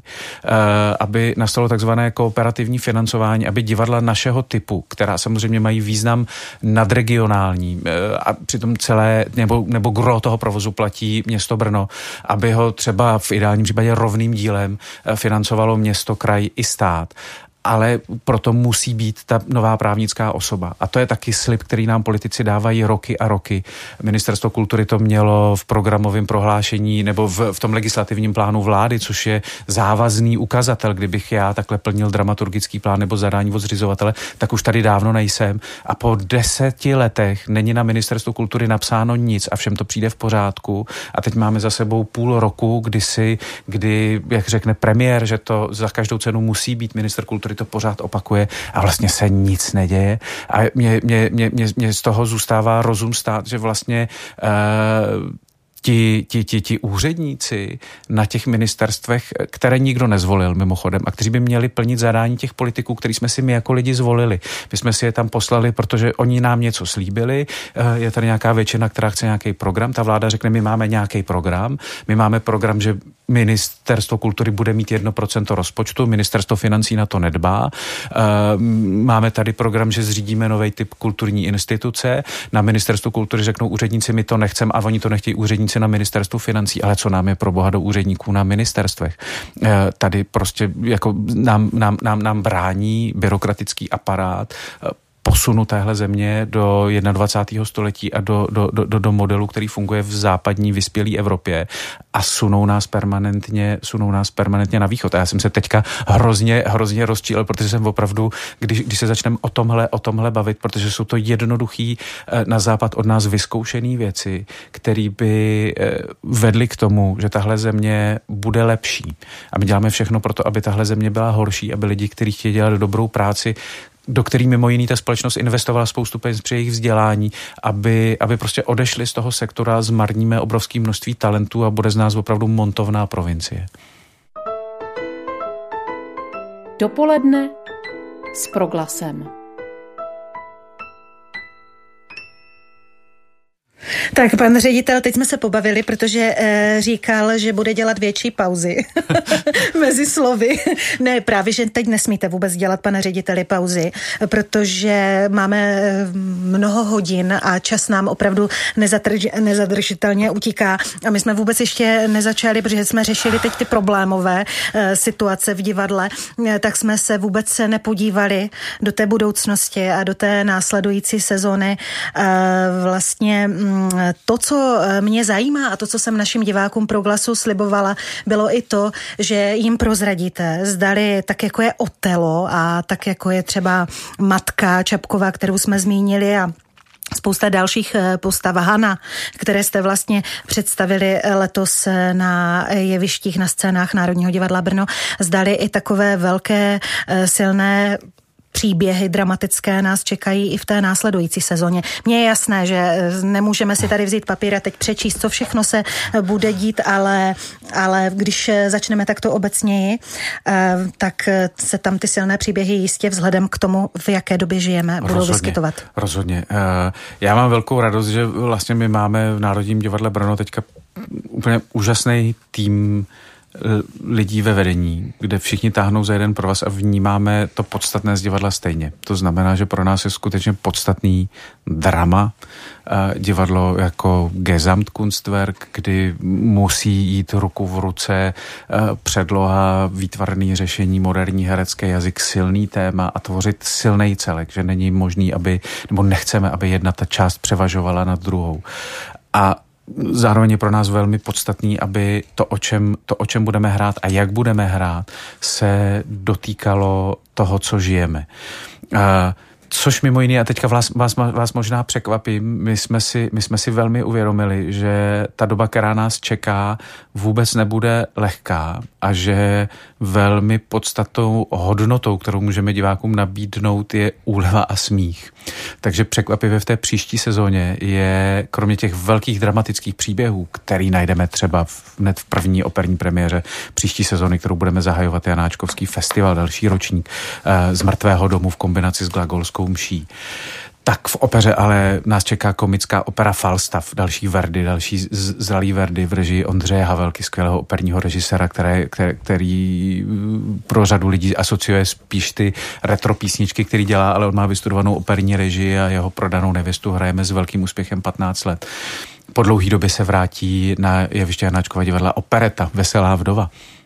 aby nastalo takzvané kooperativní financování, aby divadla našeho typu, která samozřejmě mají význam nadregionální a přitom celé, nebo, nebo gro toho provozu platí město Brno, aby ho třeba v ideálním případě rovným dílem financovalo město, kraj i stát. Ale proto musí být ta nová právnická osoba. A to je taky slib, který nám politici dávají roky a roky. Ministerstvo kultury to mělo v programovém prohlášení nebo v, v tom legislativním plánu vlády, což je závazný ukazatel. Kdybych já takhle plnil dramaturgický plán nebo zadání od zřizovatele, tak už tady dávno nejsem. A po deseti letech není na Ministerstvu kultury napsáno nic a všem to přijde v pořádku. A teď máme za sebou půl roku, kdy si, kdy, jak řekne premiér, že to za každou cenu musí být ministr kultury, to pořád opakuje a vlastně se nic neděje. A mě, mě, mě, mě, mě z toho zůstává rozum stát, že vlastně uh, Ti, ti, ti, ti úředníci na těch ministerstvech, které nikdo nezvolil mimochodem a kteří by měli plnit zadání těch politiků, který jsme si my jako lidi zvolili. My jsme si je tam poslali, protože oni nám něco slíbili, je tady nějaká většina, která chce nějaký program, ta vláda řekne, my máme nějaký program, my máme program, že Ministerstvo kultury bude mít jedno procento rozpočtu, Ministerstvo financí na to nedbá. Máme tady program, že zřídíme nový typ kulturní instituce, na Ministerstvu kultury řeknou úředníci, my to nechceme a oni to nechtějí úředníci na Ministerstvu financí, ale co nám je pro boha do úředníků na ministerstvech. Tady prostě jako nám, nám, nám, nám brání byrokratický aparát posunu téhle země do dvacátého prvního století a do, do, do, do modelu, který funguje v západní vyspělé Evropě a sunou nás permanentně, sunou nás permanentně na východ. A já jsem se teďka hrozně, hrozně rozčílil, protože jsem opravdu, když, když se začneme o tomhle, o tomhle bavit, protože jsou to jednoduchý na západ od nás vyzkoušený věci, které by vedly k tomu, že tahle země bude lepší. A my děláme všechno pro to, aby tahle země byla horší, aby lidi, kteří chtějí dělat dobrou práci, do který mimo jiný ta společnost investovala spoustu peněz při jejich vzdělání, aby, aby prostě odešli z toho sektora, zmarníme obrovské množství talentů a bude z nás opravdu montovná provincie. Dopoledne s Proglasem. Tak pan ředitel, teď jsme se pobavili, protože e, říkal, že bude dělat větší pauzy mezi slovy. Ne, právě, že teď nesmíte vůbec dělat, pane řediteli, pauzy, protože máme mnoho hodin a čas nám opravdu nezatrž, nezadržitelně utíká. A my jsme vůbec ještě nezačali, protože jsme řešili teď ty problémové e, situace v divadle, e, tak jsme se vůbec nepodívali do té budoucnosti a do té následující sezóny. E, vlastně to, co mě zajímá a to, co jsem našim divákům Proglasu slibovala, bylo i to, že jim prozradíte, zdali tak, jako je Otelo a tak, jako je třeba Matka Čapková, kterou jsme zmínili, a spousta dalších postav, Hana, které jste vlastně představili letos na jevištích, na scénách Národního divadla Brno, zdali i takové velké, silné příběhy dramatické nás čekají i v té následující sezóně. Mně je jasné, že nemůžeme si tady vzít papír a teď přečíst, co všechno se bude dít, ale, ale když začneme takto obecněji, tak se tam ty silné příběhy jistě vzhledem k tomu, v jaké době žijeme, budou rozhodně vyskytovat. Rozhodně. Já mám velkou radost, že vlastně my máme v Národním divadle Brno teďka úplně úžasný tým lidí ve vedení, kde všichni táhnou za jeden provaz a vnímáme to podstatné z divadla stejně. To znamená, že pro nás je skutečně podstatný drama, divadlo jako Gesamtkunstwerk, kdy musí jít ruku v ruce předloha, výtvarný řešení, moderní herecký jazyk, silný téma a tvořit silný celek, že není možný, aby, nebo nechceme, aby jedna ta část převažovala nad druhou. A zároveň je pro nás velmi podstatný, aby to o, čem, to, o čem budeme hrát a jak budeme hrát, se dotýkalo toho, co žijeme. Uh, Což mimo jiné, a teďka vás, vás, vás možná překvapí, my jsme, si, my jsme si velmi uvědomili, že ta doba, která nás čeká, vůbec nebude lehká a že velmi podstatnou hodnotou, kterou můžeme divákům nabídnout, je úleva a smích. Takže překvapivě v té příští sezóně je, kromě těch velkých dramatických příběhů, který najdeme třeba hned v první operní premiéře příští sezóny, kterou budeme zahajovat, Janáčkovský festival, další ročník, z Mrtvého domu v kombinaci s Glagolskou mší. Tak v opeře ale nás čeká komická opera Falstaff, další Verdi, další zralý Verdi v režii Ondřeje Havelky, skvělého operního režiséra, které, který, který pro řadu lidí asociuje spíš ty retro písničky, který dělá, ale on má vystudovanou operní režii a jeho Prodanou nevěstu hrajeme s velkým úspěchem patnáct let. Po dlouhý době se vrátí na jeviště Janáčkova divadla opereta Veselá vdova.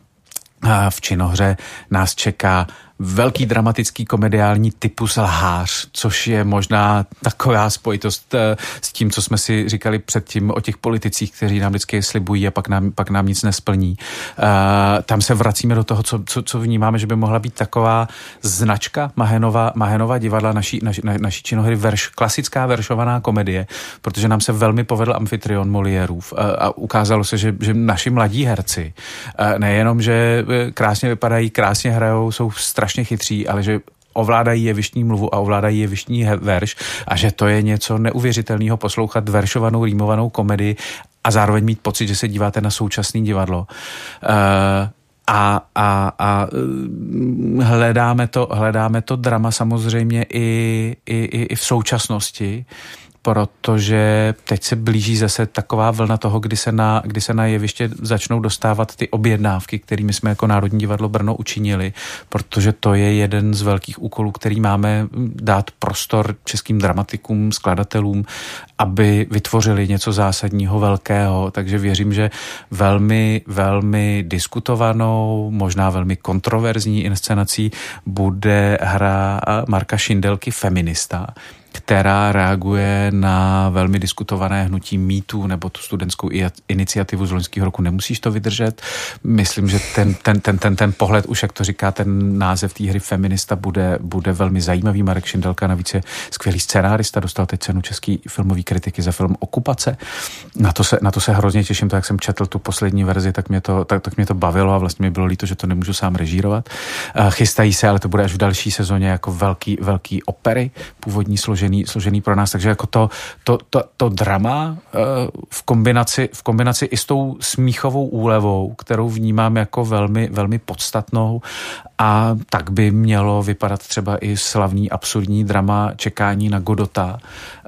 A v činohře nás čeká velký dramatický komediální typus Lhář, což je možná taková spojitost s tím, co jsme si říkali předtím o těch politicích, kteří nám vždycky slibují a pak nám, pak nám nic nesplní. Uh, tam se vracíme do toho, co, co, co vnímáme, že by mohla být taková značka Mahenova, Mahenova divadla, naší, naši, na, naší činohry, verš, klasická veršovaná komedie, protože nám se velmi povedl Amfitrion Moliérův uh, a ukázalo se, že, že naši mladí herci uh, nejenom, že krásně vypadají, krásně hrajou, jsou strašně chytří, ale že ovládají jevištní mluvu a ovládají jevištní verš a že to je něco neuvěřitelného poslouchat veršovanou, rýmovanou komedii a zároveň mít pocit, že se díváte na současné divadlo. Uh, a, a, a hledáme to, hledáme to drama samozřejmě i, i, i v současnosti, protože teď se blíží zase taková vlna toho, kdy se na, kdy se na jeviště začnou dostávat ty objednávky, kterými jsme jako Národní divadlo Brno učinili, protože to je jeden z velkých úkolů, který máme dát prostor českým dramatikům, skladatelům, aby vytvořili něco zásadního, velkého. Takže věřím, že velmi, velmi diskutovanou, možná velmi kontroverzní inscenací bude hra Marka Šindelky Feminista, která reaguje na velmi diskutované hnutí mýtů nebo tu studentskou iniciativu z loňského roku Nemusíš to vydržet. Myslím, že ten, ten, ten, ten, ten pohled, už jak to říká ten název té hry Feminista, bude, bude velmi zajímavý. Marek Šindelka navíc je skvělý scénárista, dostal teď cenu české filmové kritiky za film Okupace. Na to se, na to se hrozně těším, to jak jsem četl tu poslední verzi, tak mě to, tak, tak mě to bavilo a vlastně mi bylo líto, že to nemůžu sám režírovat. Chystají se, ale to bude až v další sezóně jako velký, velký opery, původní složení složený pro nás, takže jako to, to, to, to drama v kombinaci, v kombinaci i s tou smíchovou úlevou, kterou vnímám jako velmi, velmi podstatnou, a tak by mělo vypadat třeba i slavný absurdní drama Čekání na Godota,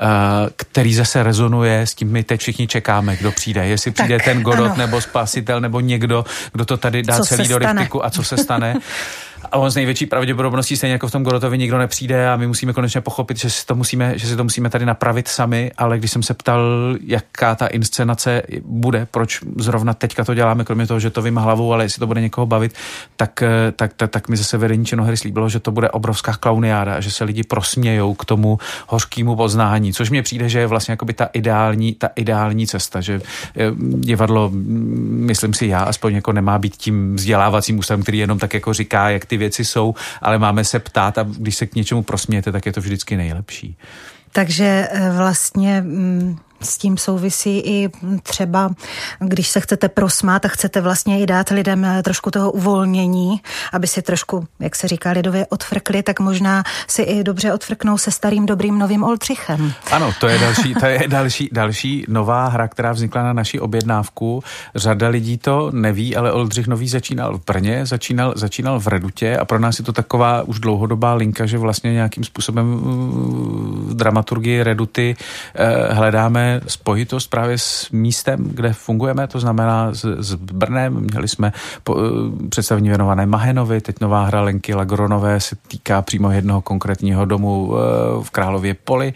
který zase rezonuje s tím, my teď všichni čekáme, kdo přijde. Jestli tak, přijde ten Godot, ano, nebo spasitel, nebo někdo, kdo to tady dá co celý do rybníku a co se stane. A on z největší pravděpodobností stejně jako v tom Godotovi nikdo nepřijde a my musíme konečně pochopit, že si to musíme, že si to musíme tady napravit sami, ale když jsem se ptal, jaká ta inscenace bude, proč zrovna teďka to děláme, kromě toho, že to vím hlavou, ale jestli to bude někoho bavit, tak, tak, tak, tak mi zase vedení činohry slíbilo, že to bude obrovská klauniáda a že se lidi prosmějou k tomu hořkému poznání, což mně přijde, že je vlastně jakoby ta ideální, ta ideální cesta, že divadlo, myslím si já, aspoň jako nemá být tím vzdělávacím ústavem, který jenom tak jako říká, jak ty věci jsou, ale máme se ptát a když se k něčemu prosmějete, tak je to vždycky nejlepší. Takže vlastně s tím souvisí i třeba, když se chcete prosmát a chcete vlastně i dát lidem trošku toho uvolnění, aby si trošku, jak se říká lidově, odfrkli, tak možná si i dobře odfrknou se starým dobrým novým Oldřichem. Ano, to je další, to je další, další nová hra, která vznikla na naši objednávku. Řada lidí to neví, ale Oldřich Nový začínal v Brně, začínal, začínal v Redutě a pro nás je to taková už dlouhodobá linka, že vlastně nějakým způsobem v dramaturgii Reduty eh, hledáme spojitost právě s místem, kde fungujeme, to znamená s, s Brnem. Měli jsme po, představení věnované Mahenovi, teď nová hra Lenky Lagronové se týká přímo jednoho konkrétního domu v Králově Poli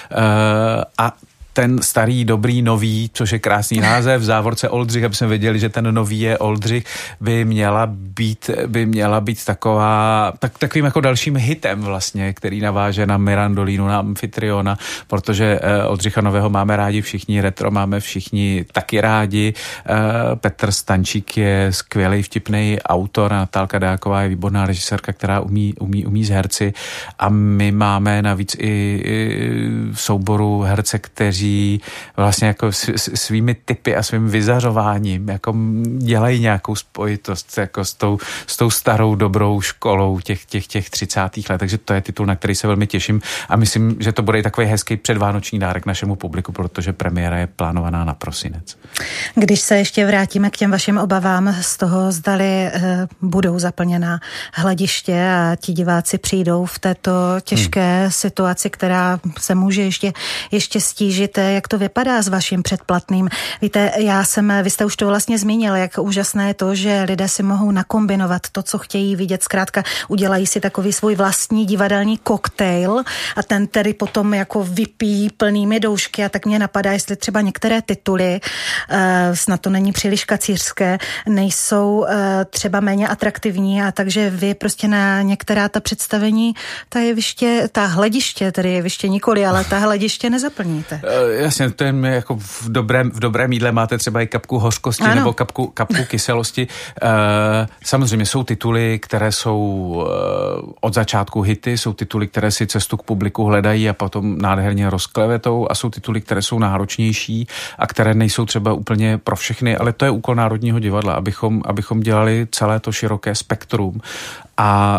a ten starý, dobrý, nový, což je krásný název, v závorce Oldřich, aby jsme věděli, že ten nový je Oldřich, by měla být, by měla být taková, tak, takovým jako dalším hitem vlastně, který naváže na Mirandolínu, na Amfitriona, protože eh, Oldřicha Nového máme rádi všichni, retro máme všichni taky rádi. Eh, Petr Stančík je skvělý, vtipný autor, Natálka Dáková je výborná režisérka, která umí, umí, umí z herci a my máme navíc i, i v souboru herce, kteří vlastně jako svými typy a svým vyzařováním jako dělají nějakou spojitost jako s tou, s tou starou dobrou školou těch, těch, těch třicátých let. Takže to je titul, na který se velmi těším a myslím, že to bude i takový hezký předvánoční dárek našemu publiku, protože premiéra je plánovaná na prosinec. Když se ještě vrátíme k těm vašim obavám z toho, zdali eh, budou zaplněná hlediště a ti diváci přijdou v této těžké hmm. situaci, která se může ještě, ještě stížit. Jak to vypadá s vaším předplatným? Víte, já jsem, vy jste už to vlastně zmínil, jak úžasné je to, že lidé si mohou nakombinovat to, co chtějí vidět. Zkrátka udělají si takový svůj vlastní divadelní koktejl a ten tedy potom jako vypíjí plnými doušky a tak mě napadá, jestli třeba některé tituly, snad to není příliš kacířské, nejsou třeba méně atraktivní a takže vy prostě na některá ta představení, ta jeviště, ta hlediště, tedy jeviště nikoli, ale ta hlediště nezaplníte. Jasně, to je jako v dobrém, v dobrém jídle máte třeba i kapku hořkosti ano. nebo kapku, kapku kyselosti. Samozřejmě jsou tituly, které jsou od začátku hity, jsou tituly, které si cestu k publiku hledají a potom nádherně rozklevetou a jsou tituly, které jsou náročnější a které nejsou třeba úplně pro všechny, ale to je úkol Národního divadla, abychom, abychom dělali celé to široké spektrum A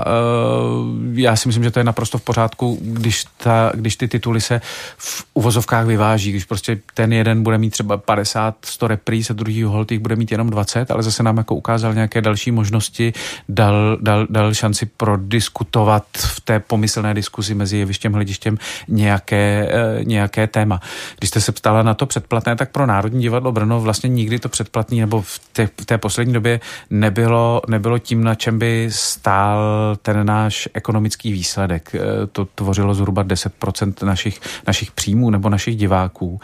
uh, já si myslím, že to je naprosto v pořádku, když, ta, když ty tituly se v uvozovkách vyváží, když prostě ten jeden bude mít třeba padesát, sto repríz a druhý holt jich bude mít jenom dvacet, ale zase nám jako ukázal nějaké další možnosti, dal, dal, dal šanci prodiskutovat v té pomyslné diskuzi mezi jevištěm a hledištěm nějaké, uh, nějaké téma. Když jste se ptala na to předplatné, tak pro Národní divadlo Brno vlastně nikdy to předplatný nebo v té, v té poslední době nebylo, nebylo tím, na čem by stál ten náš ekonomický výsledek. To tvořilo zhruba deset procent našich, našich příjmů nebo našich diváků.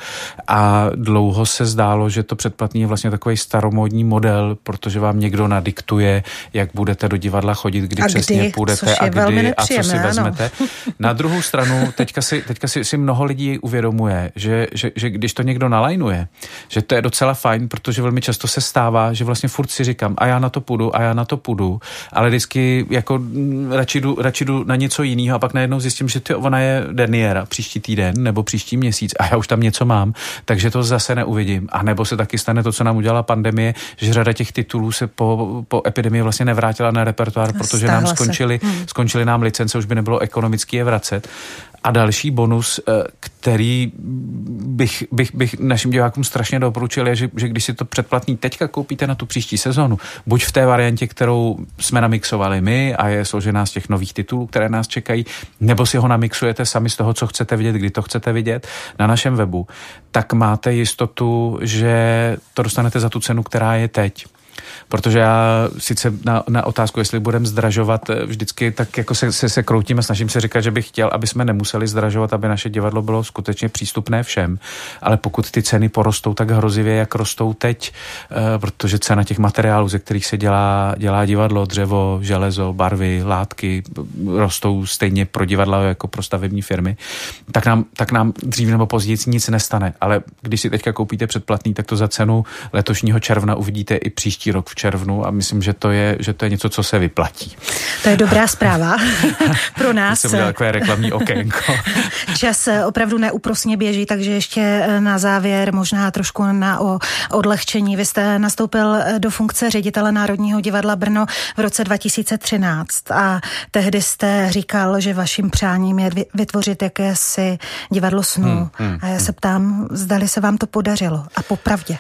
A dlouho se zdálo, že to předplatný je vlastně takový staromódní model, protože vám někdo nadiktuje, jak budete do divadla chodit, kdy a přesně kdy, půjdete a kdy a co si vezmete. Na druhou stranu, teďka si, teďka si, si mnoho lidí uvědomuje, že, že, že když to někdo nalajnuje, že to je docela fajn, protože velmi často se stává, že vlastně furt si říkám, a já na to půjdu, a já na to půjdu, ale vždycky jako radši jdu, radši jdu na něco jiného a pak najednou zjistím, že ty, ona je derniéra příští týden nebo příští měsíc a já už tam něco mám, takže to zase neuvidím. A nebo se taky stane to, co nám udělala pandemie, že řada těch titulů se po, po epidemii vlastně nevrátila na repertoár, protože nám skončily, hmm. skončily nám licence, už by nebylo ekonomicky je vracet. A další bonus, který bych, bych, bych našim divákům strašně doporučil, je, že, že když si to předplatný teďka koupíte na tu příští sezónu, buď v té variantě, kterou jsme namixovali my a je složená z těch nových titulů, které nás čekají, nebo si ho namixujete sami z toho, co chcete vidět, kdy to chcete vidět na našem webu, tak máte jistotu, že to dostanete za tu cenu, která je teď. Protože já sice na, na otázku, jestli budeme zdražovat vždycky, tak jako se, se, se kroutím a snažím se říkat, že bych chtěl, aby jsme nemuseli zdražovat, aby naše divadlo bylo skutečně přístupné všem. Ale pokud ty ceny porostou tak hrozivě, jak rostou teď, eh, protože cena těch materiálů, ze kterých se dělá, dělá divadlo, dřevo, železo, barvy, látky, rostou stejně pro divadla jako pro stavební firmy, tak nám, tak nám dřív nebo později nic nestane. Ale když si teďka koupíte předplatný, tak to za cenu letošního června uvidíte i příští rok v červnu a myslím, že to je, že to je něco, co se vyplatí. To je dobrá zpráva pro nás. Jsem udělal takové reklamní okénko. Čas opravdu neúprosně běží, takže ještě na závěr možná trošku na o odlehčení. Vy jste nastoupil do funkce ředitele Národního divadla Brno v roce dva tisíce třináct a tehdy jste říkal, že vaším přáním je vytvořit jakési divadlo snů. Hmm, hmm, a já se ptám, zdali se vám to podařilo. A popravdě.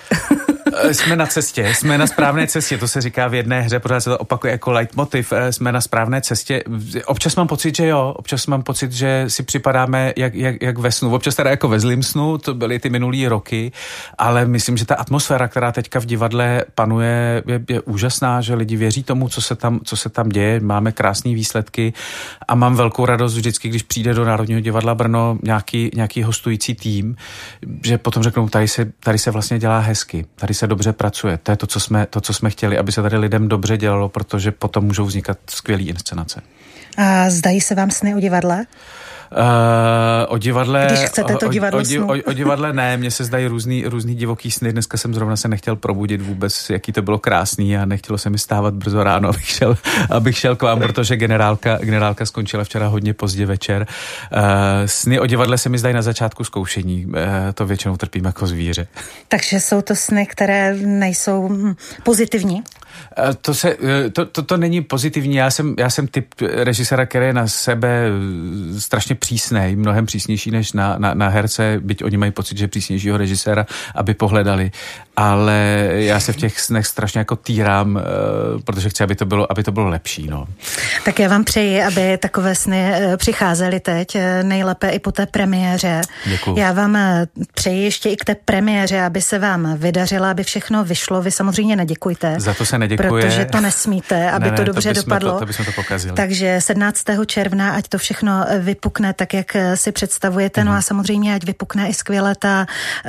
Jsme na cestě, jsme na správné cestě, to se říká v jedné hře, pořád se to opakuje jako leitmotiv, jsme na správné cestě. Občas mám pocit, že jo, občas mám pocit, že si připadáme jak, jak, jak ve snu, občas teda jako ve zlým snu, to byly ty minulý roky, ale myslím, že ta atmosféra, která teďka v divadle panuje, je, je úžasná, že lidi věří tomu, co se tam, co se tam děje, máme krásné výsledky a mám velkou radost vždycky, když přijde do Národního divadla Brno nějaký, nějaký hostující tým, že potom řeknou, tady se, tady se vlastně dělá hezky, tady se dobře pracuje. To je to, co jsme, to, co jsme chtěli, aby se tady lidem dobře dělalo, protože potom můžou vznikat skvělý inscenace. A zdají se vám sny o divadle? Uh, o divadle... Když chcete to divadlo o, snu. O, o, o divadle ne, mně se zdají různý, různý divoký sny. Dneska jsem zrovna se nechtěl probudit vůbec, jaký to bylo krásný a nechtělo se mi stávat brzo ráno, abych šel, abych šel k vám, protože generálka, generálka skončila včera hodně pozdě večer. Uh, sny o divadle se mi zdají na začátku zkoušení. Uh, to většinou trpím jako zvíře. Takže jsou to sny, které nejsou pozitivní? To, se, to, to, to není pozitivní. Já jsem, já jsem typ režiséra, který je na sebe strašně přísnej, mnohem přísnější než na, na, na herce, byť oni mají pocit, že přísnějšího režiséra, aby pohledali. Ale já se v těch snech strašně jako týrám, protože chci, aby to bylo, aby to bylo lepší. No. Tak já vám přeji, aby takové sny přicházely teď, nejlépe i po té premiéře. Děkuju. Já vám přeji ještě i k té premiéře, aby se vám vydařila, aby všechno vyšlo. Vy samozřejmě neděkujte. Za to se neděkuje. Protože to nesmíte, aby ne, ne, to dobře to dopadlo. To, to bychom to pokazili. Takže sedmnáctého června, ať to všechno vypukne tak, jak si představujete. Mm. No a samozřejmě, ať vypukne i skvěle ta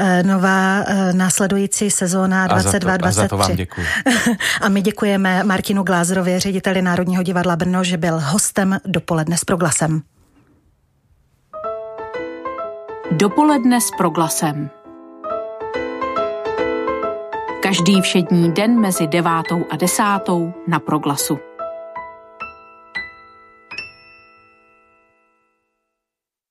nová následující sezóna dvacet dva dvacet tři. A za to vám děkuji. A my děkujeme Martinu Glázerovi, řediteli Národního divadla Brno, že byl hostem Dopoledne s Proglasem. Dopoledne s Proglasem. Každý všední den mezi devátou a desátou na Proglasu.